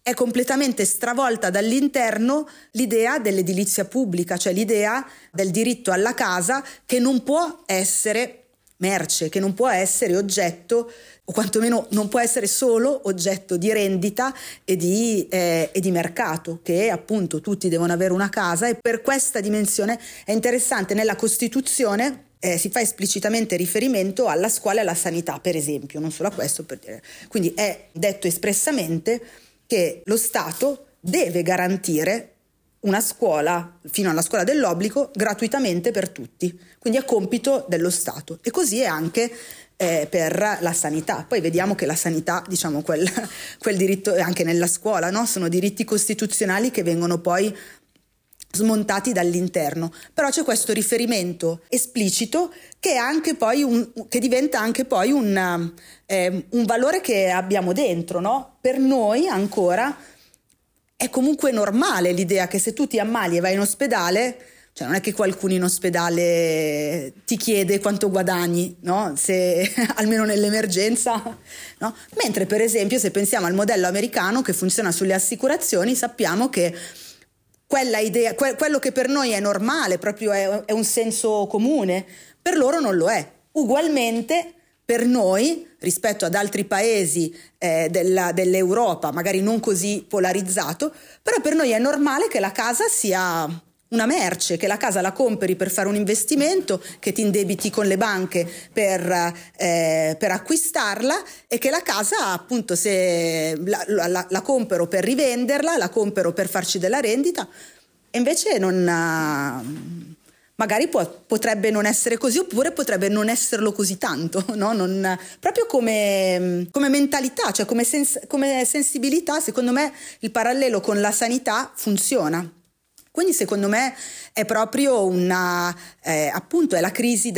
è completamente stravolta dall'interno l'idea dell'edilizia pubblica, cioè l'idea del diritto alla casa che non può essere merce, che non può essere oggetto, o quantomeno non può essere solo oggetto di rendita e di mercato, che appunto tutti devono avere una casa. E per questa dimensione è interessante, nella Costituzione si fa esplicitamente riferimento alla scuola e alla sanità, per esempio, non solo a questo, per dire. Quindi è detto espressamente che lo Stato deve garantire una scuola, fino alla scuola dell'obbligo, gratuitamente per tutti. Quindi è compito dello Stato. E così è anche per la sanità. Poi vediamo che la sanità, diciamo, quel diritto, anche nella scuola, no? Sono diritti costituzionali che vengono poi smontati dall'interno. Però c'è questo riferimento esplicito che è anche poi che diventa anche poi un valore che abbiamo dentro, no? Per noi ancora è comunque normale l'idea che se tu ti ammali e vai in ospedale, cioè non è che qualcuno in ospedale ti chiede quanto guadagni, no? Se almeno nell'emergenza, no? Mentre per esempio se pensiamo al modello americano che funziona sulle assicurazioni, sappiamo che quella idea, quello che per noi è normale, proprio è un senso comune, per loro non lo è. Ugualmente per noi, rispetto ad altri paesi dell'Europa, magari non così polarizzato, però per noi è normale che la casa sia una merce, che la casa la compri per fare un investimento, che ti indebiti con le banche per acquistarla, e che la casa, appunto, se la compro per rivenderla, la compro per farci della rendita. E invece magari potrebbe non essere così, oppure potrebbe non esserlo così tanto, no? Proprio come mentalità, cioè come sensibilità, secondo me il parallelo con la sanità funziona. Quindi secondo me è proprio appunto è la crisi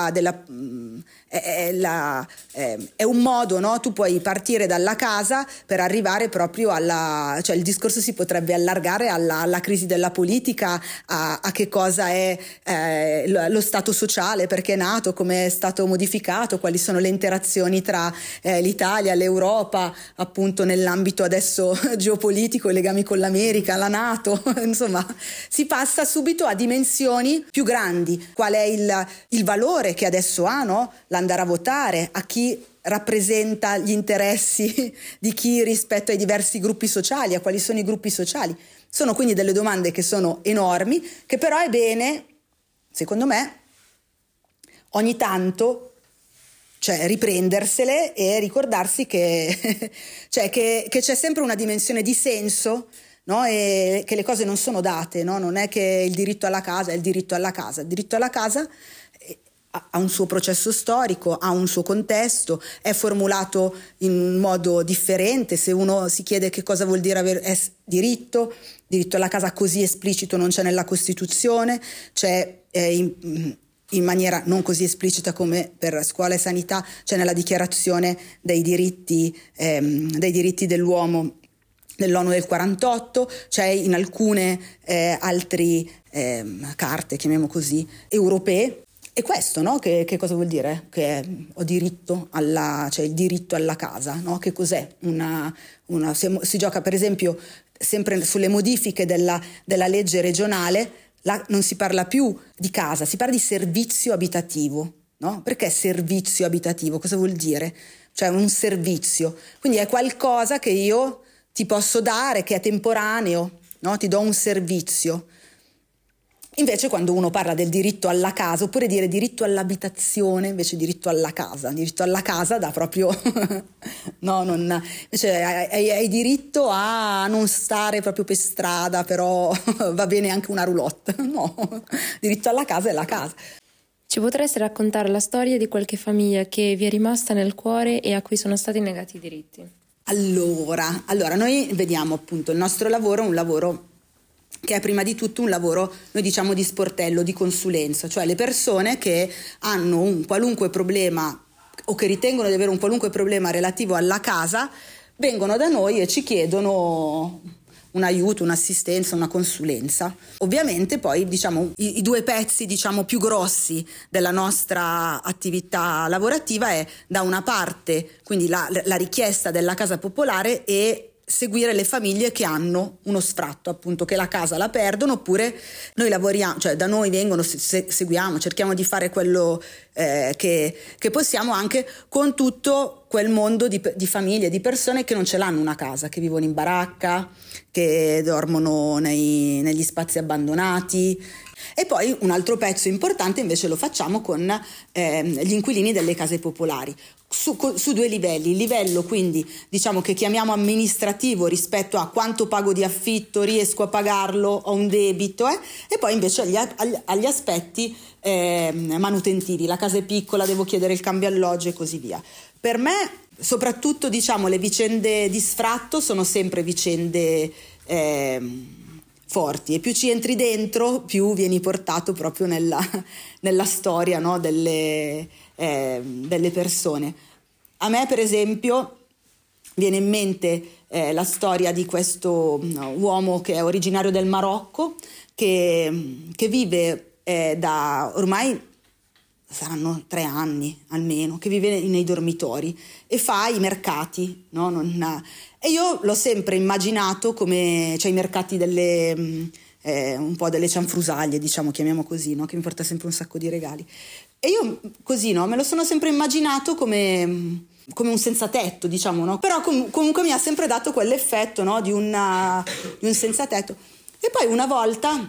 è un modo, no? Tu puoi partire dalla casa per arrivare proprio cioè il discorso si potrebbe allargare alla crisi della politica, a che cosa è lo stato sociale, perché è nato, come è stato modificato, quali sono le interazioni tra l'Italia, l'Europa, appunto nell'ambito adesso geopolitico, i legami con l'America, la NATO, insomma si passa subito a dimensioni più grandi. Qual è il valore che adesso ha, no? L'andare a votare, a chi rappresenta gli interessi di chi rispetto ai diversi gruppi sociali, a quali sono i gruppi sociali. Sono quindi delle domande che sono enormi, che però è bene, secondo me, ogni tanto, cioè riprendersele e ricordarsi che c'è sempre una dimensione di senso, no? E che le cose non sono date, no? Non è che il diritto alla casa è il diritto alla casa. Il diritto alla casa ha un suo processo storico, ha un suo contesto, è formulato in un modo differente. Se uno si chiede che cosa vuol dire avere diritto alla casa così esplicito non c'è nella Costituzione, c'è in maniera non così esplicita come per scuola e sanità, c'è nella Dichiarazione dei diritti dell'uomo dell'ONU del 48, c'è in alcune altre carte, chiamiamo così, europee. E questo, no? Che cosa vuol dire? Che ho diritto cioè il diritto alla casa, no? Che cos'è? Si gioca per esempio sempre sulle modifiche della legge regionale, non si parla più di casa, si parla di servizio abitativo, no? Perché servizio abitativo? Cosa vuol dire? Cioè un servizio, quindi è qualcosa che io ti posso dare, che è temporaneo, no? Ti do un servizio. Invece quando uno parla del diritto alla casa, oppure dire diritto all'abitazione, invece diritto alla casa dà proprio no, invece hai diritto a non stare proprio per strada, però va bene anche una roulotte. No, diritto alla casa è la casa. Ci potreste raccontare la storia di qualche famiglia che vi è rimasta nel cuore e a cui sono stati negati i diritti? Allora, noi vediamo appunto il nostro lavoro, un lavoro che è prima di tutto un lavoro, noi diciamo, di sportello, di consulenza, cioè le persone che hanno un qualunque problema o che ritengono di avere un qualunque problema relativo alla casa vengono da noi e ci chiedono un aiuto, un'assistenza, una consulenza. Ovviamente poi diciamo i due pezzi diciamo più grossi della nostra attività lavorativa è da una parte quindi la richiesta della casa popolare e seguire le famiglie che hanno uno sfratto, appunto, che la casa la perdono, oppure noi lavoriamo, cioè da noi vengono, seguiamo, cerchiamo di fare quello che possiamo, anche con tutto quel mondo di famiglie, di persone che non ce l'hanno una casa, che vivono in baracca, che dormono negli spazi abbandonati. E poi un altro pezzo importante invece lo facciamo con gli inquilini delle case popolari, su 2 livelli. Il livello quindi diciamo che chiamiamo amministrativo, rispetto a quanto pago di affitto, riesco a pagarlo, ho un debito, e poi invece agli aspetti manutentivi, la casa è piccola, devo chiedere il cambio alloggio e così via. Per me soprattutto diciamo le vicende di sfratto sono sempre vicende forti, e più ci entri dentro più vieni portato proprio nella storia, no? delle persone. A me per esempio viene in mente la storia di questo uomo che è originario del Marocco, che vive da ormai saranno 3 anni almeno, che vive nei dormitori e fa i mercati, no? E io l'ho sempre immaginato come, cioè, i mercati un po' delle cianfrusaglie, diciamo, chiamiamo così, no? Che mi porta sempre un sacco di regali. E io così, no? Me lo sono sempre immaginato come un senza tetto, diciamo, no? Però comunque mi ha sempre dato quell'effetto, no? di un senza tetto. E poi una volta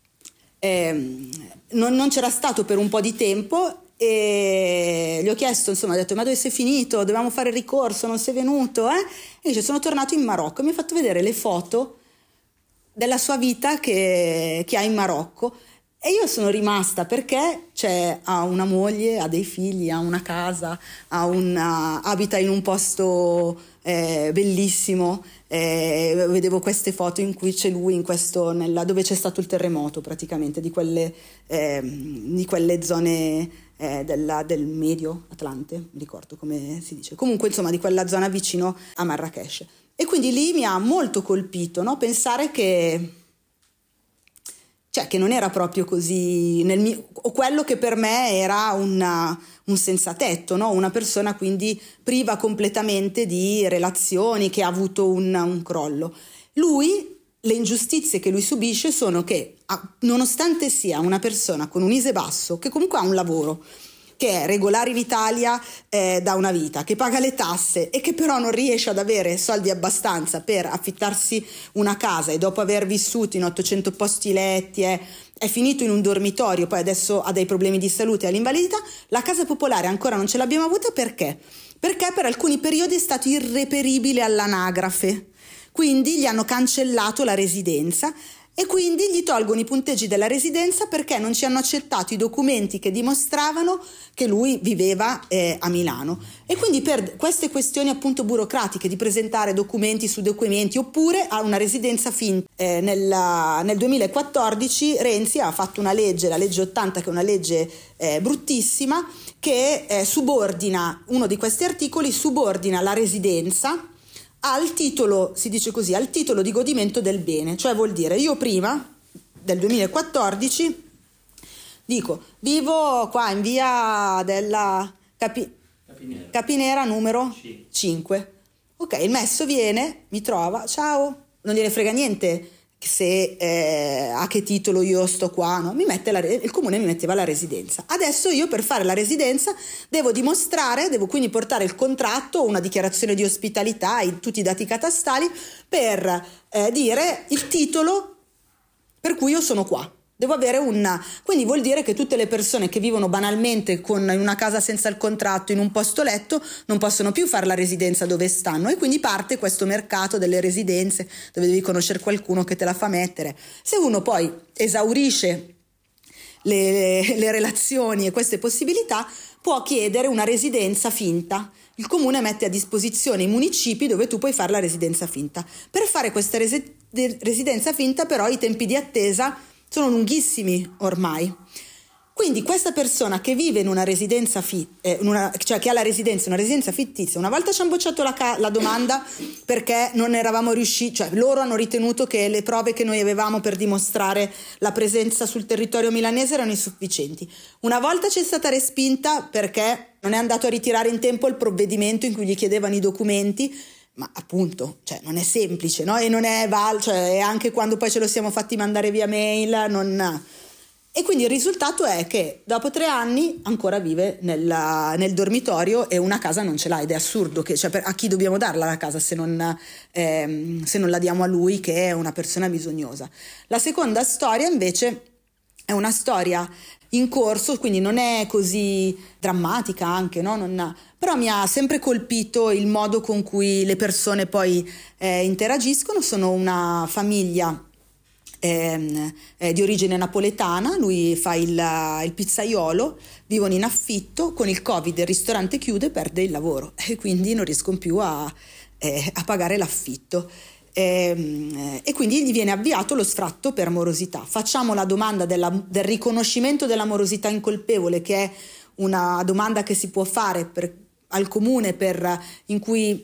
non c'era stato per un po' di tempo, e gli ho chiesto, insomma, ho detto: ma dove sei finito? Dovevamo fare il ricorso, non sei venuto? E dice: sono tornato in Marocco. E mi ha fatto vedere le foto della sua vita che ha in Marocco, e io sono rimasta, perché ha una moglie, ha dei figli, ha una casa, abita in un posto bellissimo. Vedevo queste foto in cui c'è lui dove c'è stato il terremoto, praticamente, di quelle zone del Medio Atlante, mi ricordo come si dice, comunque insomma di quella zona vicino a Marrakech. E quindi lì mi ha molto colpito, no? Pensare che non era proprio così o quello che per me era un senza tetto, no? Una persona quindi priva completamente di relazioni, che ha avuto un crollo. Le ingiustizie che lui subisce sono che, nonostante sia una persona con un ISEE basso, che comunque ha un lavoro, che è regolare in Italia da una vita, che paga le tasse e che però non riesce ad avere soldi abbastanza per affittarsi una casa, e dopo aver vissuto in 800 posti letti è finito in un dormitorio, poi adesso ha dei problemi di salute e ha l'invalidità, la casa popolare ancora non ce l'abbiamo avuta. Perché? Perché per alcuni periodi è stato irreperibile all'anagrafe, quindi gli hanno cancellato la residenza e quindi gli tolgono i punteggi della residenza perché non ci hanno accettato i documenti che dimostravano che lui viveva a Milano. E quindi per queste questioni appunto burocratiche di presentare documenti su documenti, oppure a una residenza finta, nel 2014 Renzi ha fatto una legge, la legge 80, che è una legge bruttissima, che subordina, uno di questi articoli subordina la residenza al titolo, si dice così, al titolo di godimento del bene. Cioè vuol dire, io prima del 2014 dico: vivo qua in via della Capinera numero 5. Ok, il messo viene, mi trova, ciao, non gliene frega niente se a che titolo io sto qua, no? Il comune mi metteva la residenza. Adesso io, per fare la residenza, devo quindi portare il contratto, una dichiarazione di ospitalità, tutti i dati catastali, per dire il titolo per cui io sono qua. Devo avere quindi vuol dire che tutte le persone che vivono banalmente in una casa senza il contratto, in un posto letto, non possono più fare la residenza dove stanno, e quindi parte questo mercato delle residenze dove devi conoscere qualcuno che te la fa mettere. Se uno poi esaurisce le relazioni e queste possibilità, può chiedere una residenza finta. Il comune mette a disposizione i municipi dove tu puoi fare la residenza finta. Per fare questa residenza finta però i tempi di attesa sono lunghissimi ormai. Quindi questa persona che vive in una residenza cioè che ha la residenza, una residenza fittizia, una volta ci hanno bocciato la domanda perché non eravamo riusciti, cioè loro hanno ritenuto che le prove che noi avevamo per dimostrare la presenza sul territorio milanese erano insufficienti. Una volta ci è stata respinta perché non è andato a ritirare in tempo il provvedimento in cui gli chiedevano i documenti. ma appunto, cioè, non è semplice, no? E non è cioè, anche quando poi ce lo siamo fatti mandare via mail, non... E quindi il risultato è che dopo 3 anni ancora vive nel dormitorio e una casa non ce l'ha, ed è assurdo che, cioè, a chi dobbiamo darla la casa se non la diamo a lui, che è una persona bisognosa. La seconda storia invece è una storia in corso, quindi non è così drammatica anche, no? Però mi ha sempre colpito il modo con cui le persone poi interagiscono. Sono una famiglia di origine napoletana, lui fa il pizzaiolo, vivono in affitto, con il Covid il ristorante chiude, perde il lavoro e quindi non riescono più a pagare l'affitto. E quindi gli viene avviato lo sfratto per morosità. Facciamo la domanda del riconoscimento della morosità incolpevole, che è una domanda che si può fare al comune in cui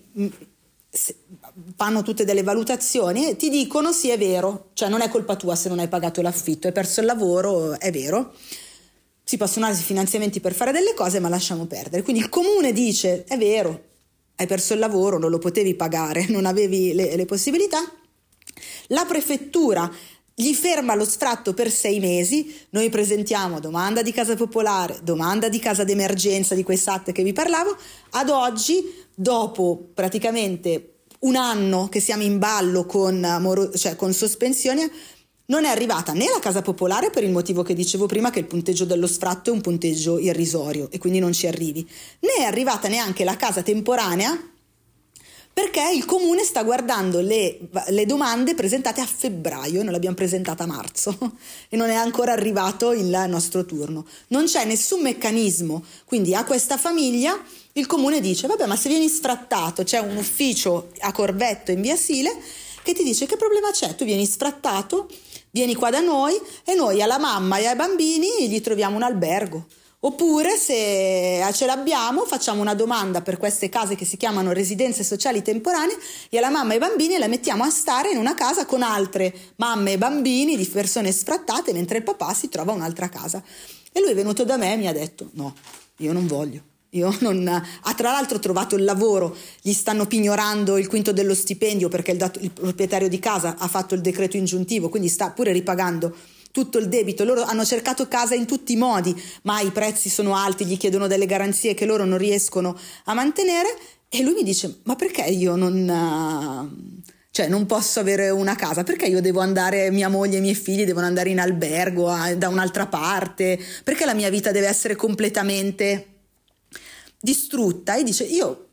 fanno tutte delle valutazioni e ti dicono sì, è vero, cioè non è colpa tua se non hai pagato l'affitto, hai perso il lavoro, è vero, si possono dare finanziamenti per fare delle cose, ma lasciamo perdere. Quindi il comune dice è vero, hai perso il lavoro, non lo potevi pagare, non avevi le possibilità. La prefettura gli ferma lo sfratto per 6 mesi, noi presentiamo domanda di casa popolare, domanda di casa d'emergenza, di quei SAT che vi parlavo. Ad oggi, dopo praticamente un anno che siamo in ballo con sospensione, non è arrivata né la casa popolare, per il motivo che dicevo prima, che il punteggio dello sfratto è un punteggio irrisorio e quindi non ci arrivi, né è arrivata neanche la casa temporanea, perché il comune sta guardando le domande presentate a febbraio, noi l'abbiamo presentata a marzo e non è ancora arrivato il nostro turno. Non c'è nessun meccanismo, quindi a questa famiglia il comune dice vabbè, ma se vieni sfrattato, c'è un ufficio a Corvetto in via Sile che ti dice che problema c'è, tu vieni sfrattato, vieni qua da noi e noi alla mamma e ai bambini gli troviamo un albergo. Oppure, se ce l'abbiamo, facciamo una domanda per queste case che si chiamano residenze sociali temporanee e alla mamma e ai bambini la mettiamo a stare in una casa con altre mamme e bambini di persone sfrattate, mentre il papà si trova un'altra casa. E lui è venuto da me e mi ha detto no, io non voglio. Tra l'altro ho trovato il lavoro, gli stanno pignorando il quinto dello stipendio perché il proprietario di casa ha fatto il decreto ingiuntivo, quindi sta pure ripagando tutto il debito. Loro hanno cercato casa in tutti i modi, ma i prezzi sono alti, gli chiedono delle garanzie che loro non riescono a mantenere e lui mi dice ma perché io non posso avere una casa, perché io devo andare, mia moglie e i miei figli devono andare in albergo da un'altra parte, perché la mia vita deve essere completamente distrutta? E dice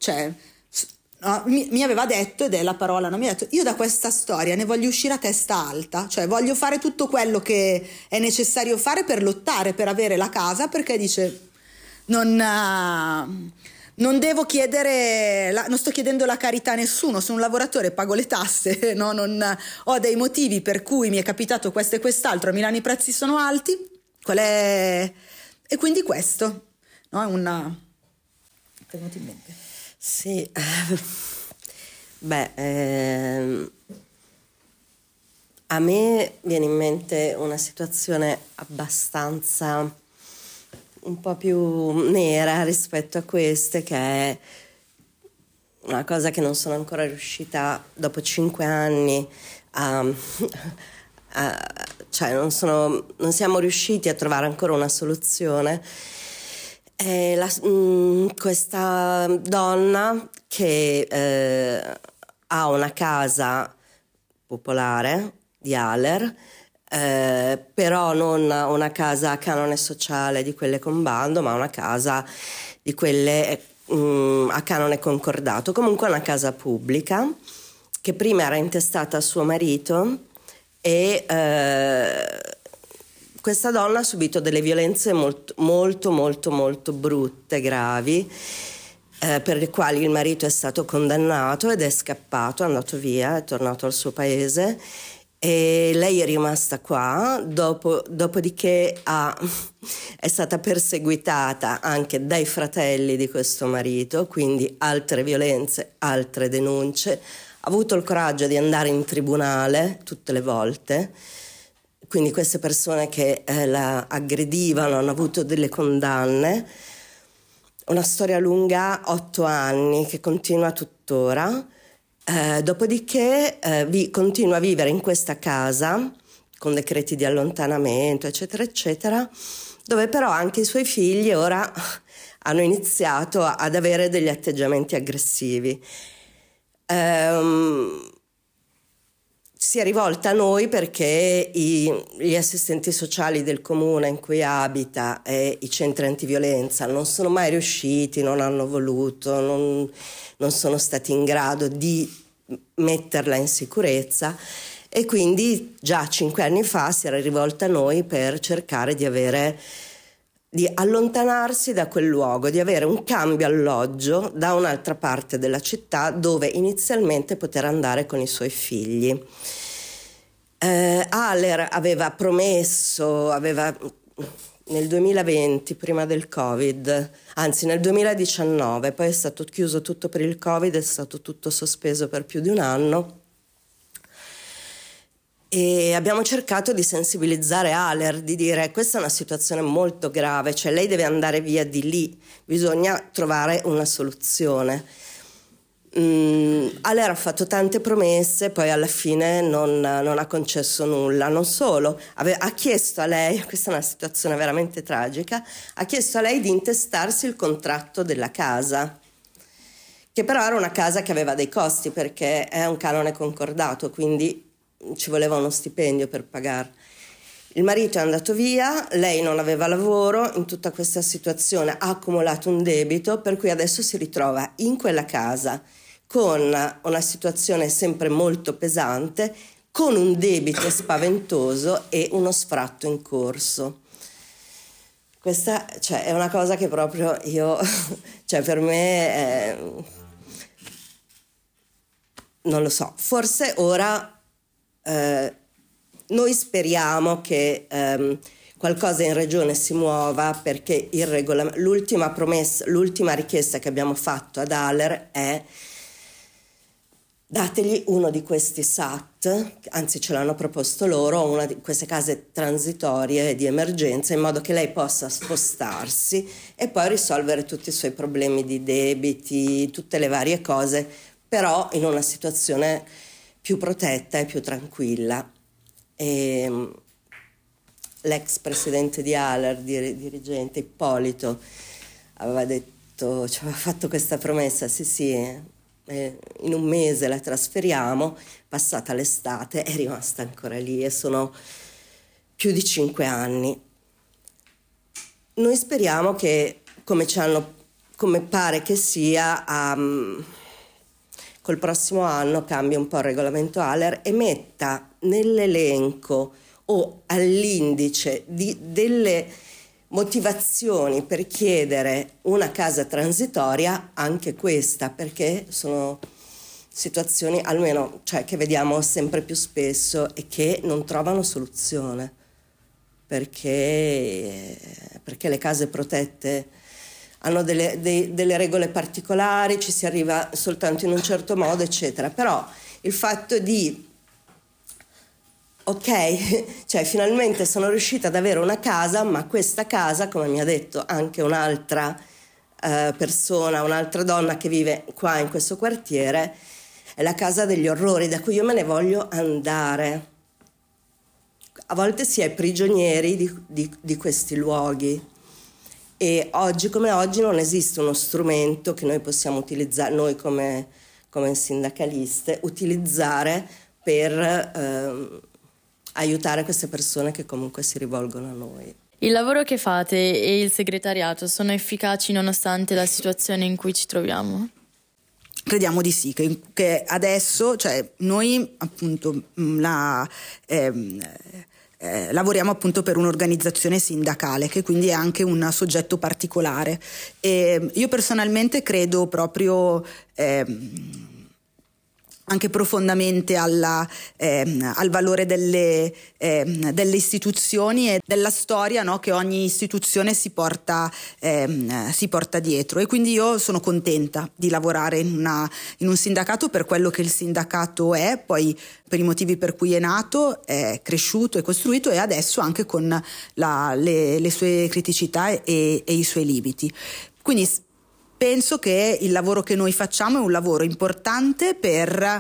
mi aveva detto, ed è la parola, non mi ha detto, io da questa storia ne voglio uscire a testa alta, cioè voglio fare tutto quello che è necessario fare per lottare per avere la casa, perché dice non devo chiedere, non sto chiedendo la carità a nessuno, sono un lavoratore, pago le tasse, no? Non ho dei motivi per cui mi è capitato questo e quest'altro, a Milano i prezzi sono alti, e quindi questo, no? È una... Che è venuto in mente? Sì, a me viene in mente una situazione abbastanza un po' più nera rispetto a queste, che è una cosa che non sono ancora riuscita dopo 5 anni cioè non siamo riusciti a trovare ancora una soluzione. Questa donna che ha una casa popolare di Aller, però non una casa a canone sociale di quelle con bando, ma una casa di quelle a canone concordato, comunque una casa pubblica che prima era intestata a suo marito e questa donna ha subito delle violenze molto brutte, gravi, per le quali il marito è stato condannato ed è scappato, è andato via, è tornato al suo paese e lei è rimasta qua, dopodiché è stata perseguitata anche dai fratelli di questo marito, quindi altre violenze, altre denunce, ha avuto il coraggio di andare in tribunale tutte le volte. Quindi queste persone che la aggredivano hanno avuto delle condanne, una storia lunga, 8 anni, che continua tuttora, Dopodiché continua a vivere in questa casa con decreti di allontanamento, eccetera, eccetera, dove però anche i suoi figli ora hanno iniziato ad avere degli atteggiamenti aggressivi. Si è rivolta a noi perché gli assistenti sociali del comune in cui abita e i centri antiviolenza non sono mai riusciti, non hanno voluto, non sono stati in grado di metterla in sicurezza, e quindi già 5 anni fa si era rivolta a noi per cercare di allontanarsi da quel luogo, di avere un cambio alloggio da un'altra parte della città dove inizialmente poter andare con i suoi figli. Aler aveva promesso, nel 2020, prima del Covid, anzi nel 2019, poi è stato chiuso tutto per il Covid, è stato tutto sospeso per più di un anno. E abbiamo cercato di sensibilizzare Aler, di dire: questa è una situazione molto grave, cioè lei deve andare via di lì, bisogna trovare una soluzione. Aler ha fatto tante promesse, poi alla fine non ha concesso nulla. Non solo, ha chiesto a lei, questa è una situazione veramente tragica, ha chiesto a lei di intestarsi il contratto della casa, che però era una casa che aveva dei costi perché è un canone concordato, quindi ci voleva uno stipendio per pagare. Il marito è andato via, lei non aveva lavoro, in tutta questa situazione ha accumulato un debito, per cui adesso si ritrova in quella casa con una situazione sempre molto pesante, con un debito spaventoso e uno sfratto in corso. Questa, è una cosa che proprio io, per me non lo so, forse ora noi speriamo che qualcosa in regione si muova, perché l'ultima richiesta che abbiamo fatto ad Aler è: dategli uno di questi SAT, anzi ce l'hanno proposto loro, una di queste case transitorie di emergenza, in modo che lei possa spostarsi e poi risolvere tutti i suoi problemi di debiti, tutte le varie cose, però in una situazione più protetta e più tranquilla. E l'ex presidente di Aler, dirigente Ippolito, aveva fatto questa promessa: sì, in un mese la trasferiamo. Passata l'estate è rimasta ancora lì e sono più di 5 anni. Noi speriamo che, come pare che sia, col prossimo anno cambia un po' il regolamento Aler e metta nell'elenco o all'indice delle motivazioni per chiedere una casa transitoria anche questa, perché sono situazioni almeno che vediamo sempre più spesso e che non trovano soluzione, perché le case protette hanno delle regole particolari, ci si arriva soltanto in un certo modo, eccetera. Però il fatto di finalmente sono riuscita ad avere una casa, ma questa casa, come mi ha detto anche un'altra persona, un'altra donna che vive qua in questo quartiere, è la casa degli orrori, da cui io me ne voglio andare. A volte si è prigionieri di questi luoghi. E oggi come oggi non esiste uno strumento che noi possiamo utilizzare, noi come sindacaliste, utilizzare per aiutare queste persone che comunque si rivolgono a noi. Il lavoro che fate e il segretariato sono efficaci nonostante la situazione in cui ci troviamo? Crediamo di sì, che adesso, noi appunto lavoriamo appunto per un'organizzazione sindacale che quindi è anche un soggetto particolare, e io personalmente credo proprio anche profondamente al valore delle istituzioni e della storia, no, che ogni istituzione si porta dietro, e quindi io sono contenta di lavorare in un sindacato per quello che il sindacato è, poi per i motivi per cui è nato, è cresciuto, è costruito, e adesso anche con le sue criticità e i suoi limiti. Quindi penso che il lavoro che noi facciamo è un lavoro importante per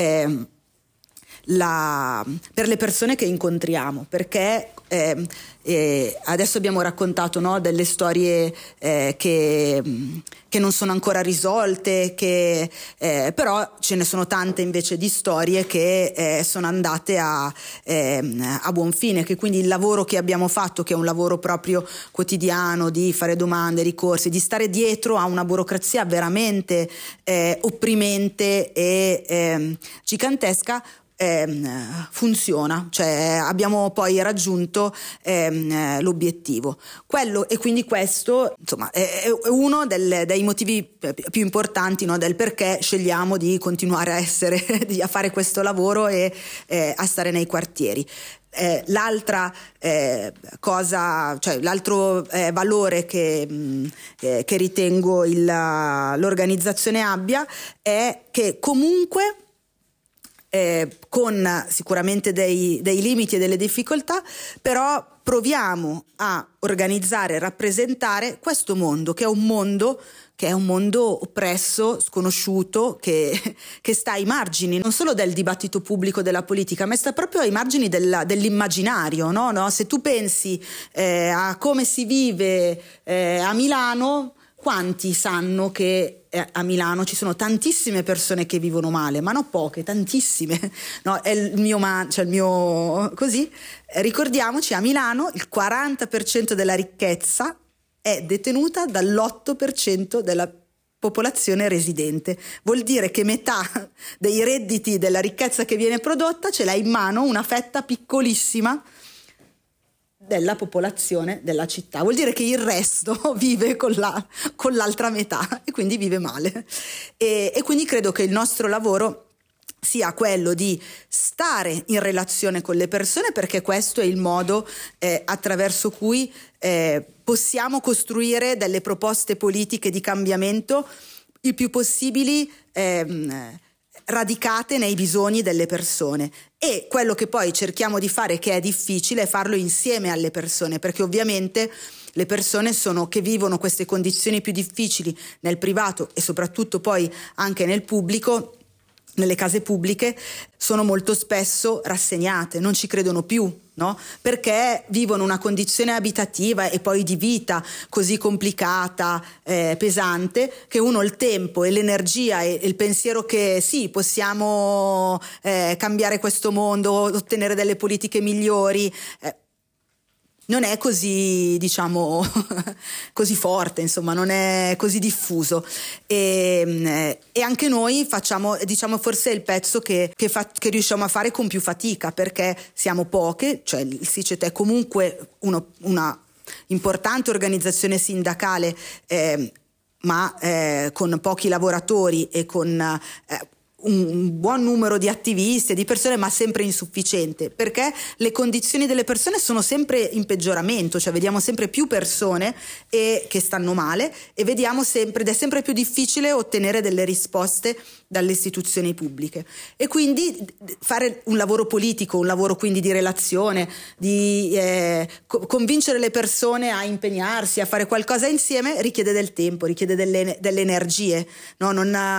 le persone che incontriamo, perché adesso abbiamo raccontato, no, delle storie che non sono ancora risolte, però ce ne sono tante invece di storie che sono andate a buon fine, che quindi il lavoro che abbiamo fatto, che è un lavoro proprio quotidiano di fare domande, ricorsi, di stare dietro a una burocrazia veramente opprimente e gigantesca, funziona, cioè abbiamo poi raggiunto l'obiettivo. E quindi questo, insomma, è uno dei motivi più importanti, no, del perché scegliamo di continuare a fare questo lavoro e a stare nei quartieri. L'altra cosa, cioè l'altro valore che ritengo l'organizzazione abbia è che comunque, con sicuramente dei limiti e delle difficoltà, però proviamo a organizzare e rappresentare questo mondo, che è un mondo oppresso, sconosciuto, che sta ai margini non solo del dibattito pubblico della politica, ma sta proprio ai margini dell'immaginario, no? Se tu pensi a come si vive a Milano, quanti sanno che a Milano ci sono tantissime persone che vivono male, ma non poche, tantissime, no? È il mio così. Ricordiamoci, a Milano il 40% della ricchezza è detenuta dall'8% della popolazione residente. Vuol dire che metà dei redditi della ricchezza che viene prodotta ce l'ha in mano una fetta piccolissima della popolazione della città. Vuol dire che il resto vive con l'altra metà e quindi vive male. E quindi credo che il nostro lavoro sia quello di stare in relazione con le persone, perché questo è il modo attraverso cui possiamo costruire delle proposte politiche di cambiamento il più possibili radicate nei bisogni delle persone. E quello che poi cerchiamo di fare, che è difficile, è farlo insieme alle persone, perché ovviamente le persone che vivono queste condizioni più difficili nel privato e soprattutto poi anche nel pubblico, nelle case pubbliche, sono molto spesso rassegnate, non ci credono più, no? Perché vivono una condizione abitativa e poi di vita così complicata, pesante, che uno il tempo e l'energia e il pensiero che sì, possiamo cambiare questo mondo, ottenere delle politiche migliori, non è così, diciamo, così forte, insomma, non è così diffuso. E anche noi facciamo, diciamo, forse è il pezzo che riusciamo a fare con più fatica, perché siamo poche, cioè il SICET è comunque una importante organizzazione sindacale, ma con pochi lavoratori e con un buon numero di attivisti e di persone, ma sempre insufficiente, perché le condizioni delle persone sono sempre in peggioramento, cioè vediamo sempre più persone che stanno male e vediamo sempre, ed è sempre più difficile ottenere delle risposte dalle istituzioni pubbliche. E quindi fare un lavoro politico, un lavoro quindi di relazione, di convincere le persone a impegnarsi, a fare qualcosa insieme, richiede del tempo, richiede delle energie, no?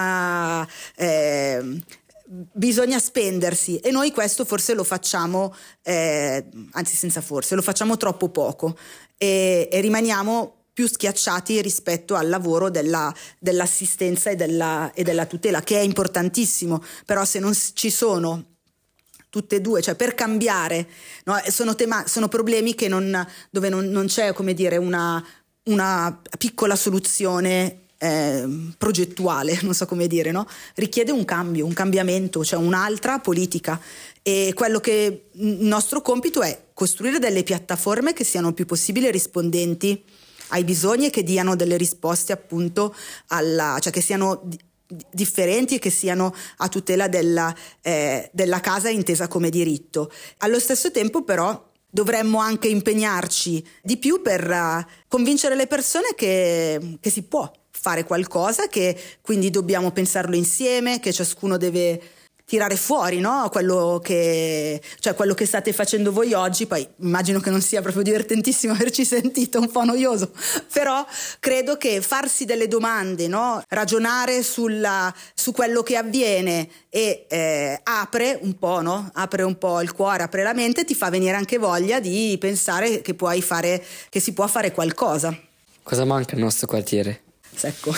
Bisogna spendersi, e noi questo forse lo facciamo, anzi senza forse, lo facciamo troppo poco e rimaniamo più schiacciati rispetto al lavoro dell'assistenza e della tutela, che è importantissimo, però se non ci sono tutte e due, cioè per cambiare, no? Sono problemi dove non c'è, come dire, una piccola soluzione progettuale, non so come dire, no? Richiede un cambio, un cambiamento, cioè un'altra politica, e quello che il nostro compito è costruire delle piattaforme che siano il più possibile rispondenti ai bisogni e che diano delle risposte appunto cioè che siano differenti e che siano a tutela della casa intesa come diritto. Allo stesso tempo però dovremmo anche impegnarci di più per convincere le persone che si può fare qualcosa, che quindi dobbiamo pensarlo insieme, che ciascuno deve tirare fuori, no? quello che state facendo voi oggi. Poi immagino che non sia proprio divertentissimo averci sentito, un po' noioso, però credo che farsi delle domande, no? Ragionare su quello che avviene e apre un po', no? Apre un po' il cuore, apre la mente, ti fa venire anche voglia di pensare che si può fare qualcosa. Cosa manca al nostro quartiere? Secco.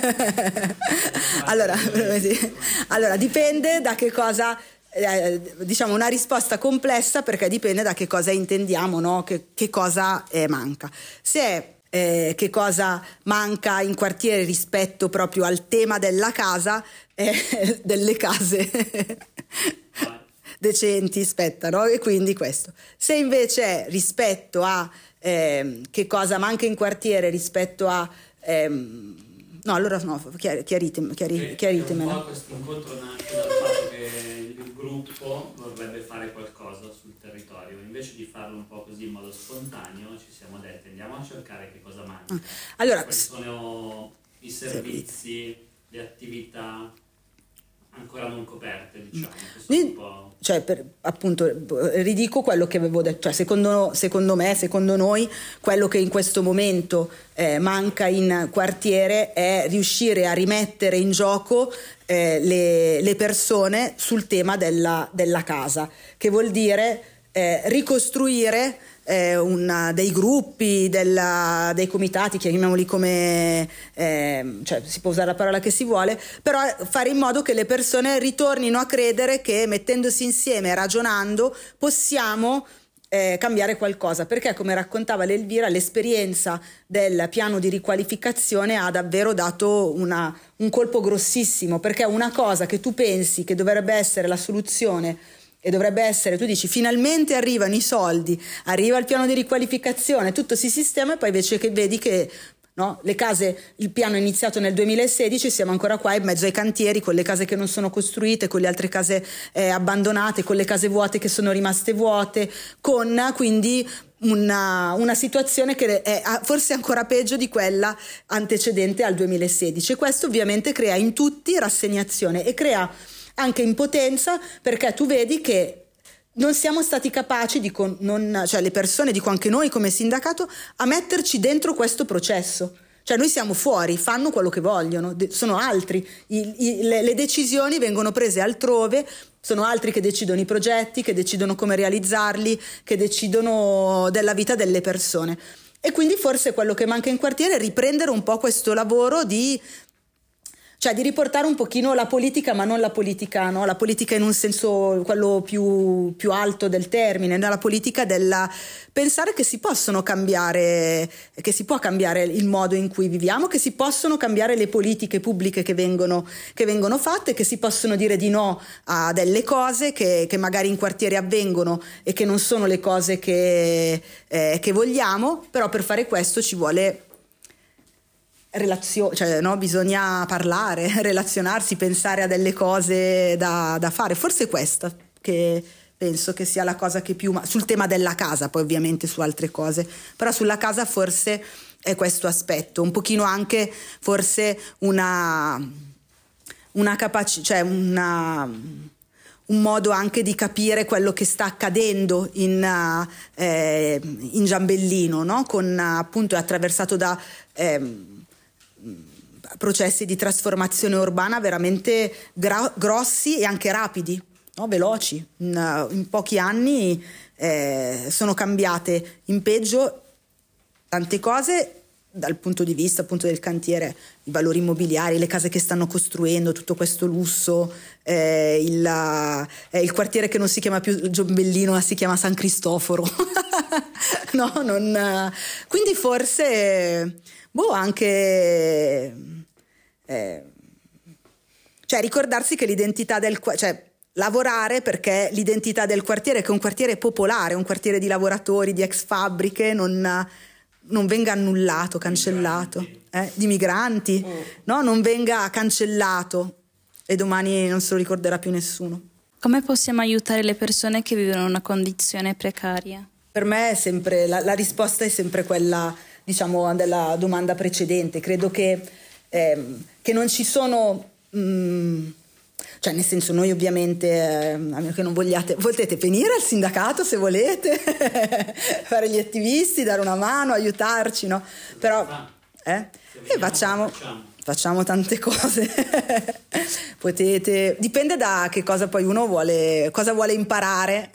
Allora, dipende da che cosa, diciamo una risposta complessa, perché dipende da che cosa intendiamo, no? Che cosa manca. Se che cosa manca in quartiere rispetto proprio al tema della casa, delle case decenti, no? E quindi questo. Se invece è rispetto a che cosa manca in quartiere rispetto a no, allora no, chiaritemelo. Questo incontro nasce dal fatto che il gruppo vorrebbe fare qualcosa sul territorio, invece di farlo un po' così in modo spontaneo ci siamo detti andiamo a cercare che cosa manca. Allora, quali sono i servizi, le attività ancora non coperte, diciamo. Appunto, ridico quello che avevo detto, cioè secondo me, secondo noi, quello che in questo momento manca in quartiere è riuscire a rimettere in gioco le persone sul tema della casa, che vuol dire ricostruire dei gruppi, dei comitati, chiamiamoli come cioè si può usare la parola che si vuole, però fare in modo che le persone ritornino a credere che mettendosi insieme e ragionando possiamo cambiare qualcosa, perché come raccontava l'Elvira, l'esperienza del piano di riqualificazione ha davvero dato un colpo grossissimo, perché una cosa che tu pensi che dovrebbe essere la soluzione e dovrebbe essere, tu dici finalmente arrivano i soldi, arriva il piano di riqualificazione, tutto si sistema, e poi invece che vedi che no, le case, il piano è iniziato nel 2016, siamo ancora qua in mezzo ai cantieri, con le case che non sono costruite, con le altre case abbandonate, con le case vuote che sono rimaste vuote, con quindi una situazione che è forse ancora peggio di quella antecedente al 2016, e questo ovviamente crea in tutti rassegnazione e crea anche impotenza, perché tu vedi che non siamo stati capaci cioè le persone, dico anche noi come sindacato, a metterci dentro questo processo. Cioè noi siamo fuori, fanno quello che vogliono, sono altri, le decisioni vengono prese altrove, sono altri che decidono i progetti, che decidono come realizzarli, che decidono della vita delle persone. E quindi forse quello che manca in quartiere è riprendere un po' questo lavoro di riportare un pochino la politica, ma non la politica, no? La politica in un senso quello più alto del termine, no? La politica della pensare che si possono cambiare, che si può cambiare il modo in cui viviamo, che si possono cambiare le politiche pubbliche che vengono fatte, che si possono dire di no a delle cose che magari in quartiere avvengono e che non sono le cose che vogliamo, però per fare questo ci vuole bisogna parlare, relazionarsi, pensare a delle cose da fare. Forse è questa che penso che sia la cosa che più sul tema della casa, poi ovviamente su altre cose, però sulla casa forse è questo aspetto, un pochino anche forse un modo anche di capire quello che sta accadendo in Giambellino, no? Con appunto è attraversato da processi di trasformazione urbana veramente grossi e anche rapidi, no? Veloci. In pochi anni sono cambiate in peggio tante cose dal punto di vista appunto del cantiere, i valori immobiliari, le case che stanno costruendo, tutto questo lusso, il quartiere che non si chiama più Giambellino ma si chiama San Cristoforo. No, quindi forse anche ricordarsi che l'identità lavorare perché l'identità del quartiere, che è un quartiere popolare, un quartiere di lavoratori, di ex fabbriche, non venga annullato, cancellato, di migranti, no? Non venga cancellato e domani non se lo ricorderà più nessuno. Come possiamo aiutare le persone che vivono in una condizione precaria? Per me è sempre la risposta è sempre quella, diciamo, della domanda precedente. Credo che non ci sono cioè nel senso, noi ovviamente, a meno che non potete venire al sindacato se volete, fare gli attivisti, dare una mano, aiutarci, no? Però facciamo tante cose. Potete, dipende da che cosa poi uno vuole, cosa vuole imparare.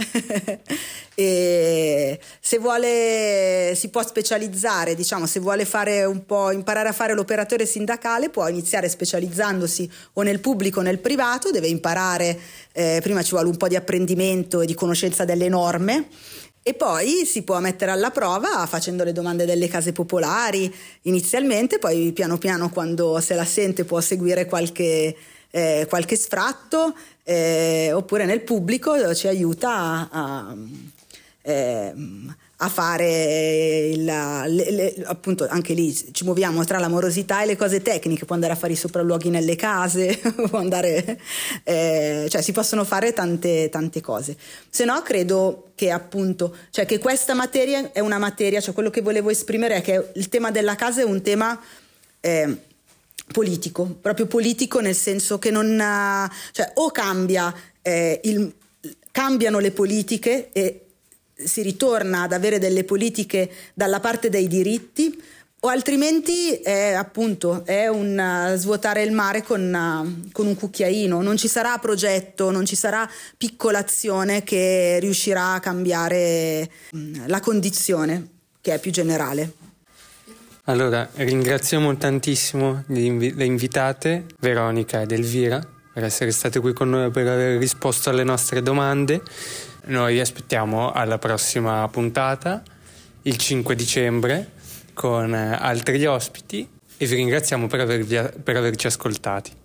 E se vuole, si può specializzare, diciamo, se vuole fare un po', imparare a fare l'operatore sindacale, può iniziare specializzandosi o nel pubblico o nel privato. Deve imparare, prima ci vuole un po' di apprendimento e di conoscenza delle norme, e poi si può mettere alla prova facendo le domande delle case popolari inizialmente, poi piano piano, quando se la sente, può seguire qualche sfratto, oppure nel pubblico ci aiuta a fare appunto, anche lì ci muoviamo tra l'amorosità e le cose tecniche. Può andare a fare i sopralluoghi nelle case, può andare, cioè si possono fare tante cose. Se no, credo che appunto, cioè che questa materia è una materia, cioè quello che volevo esprimere è che il tema della casa è un tema politico, proprio politico, nel senso che non, cioè o cambiano le politiche e si ritorna ad avere delle politiche dalla parte dei diritti, o altrimenti è un svuotare il mare con un cucchiaino. Non ci sarà progetto, non ci sarà piccola azione che riuscirà a cambiare la condizione, che è più generale. Allora, ringraziamo tantissimo le invitate Veronica ed Elvira per essere state qui con noi, per aver risposto alle nostre domande. Noi vi aspettiamo alla prossima puntata, il 5 dicembre, con altri ospiti, e vi ringraziamo per averci ascoltati.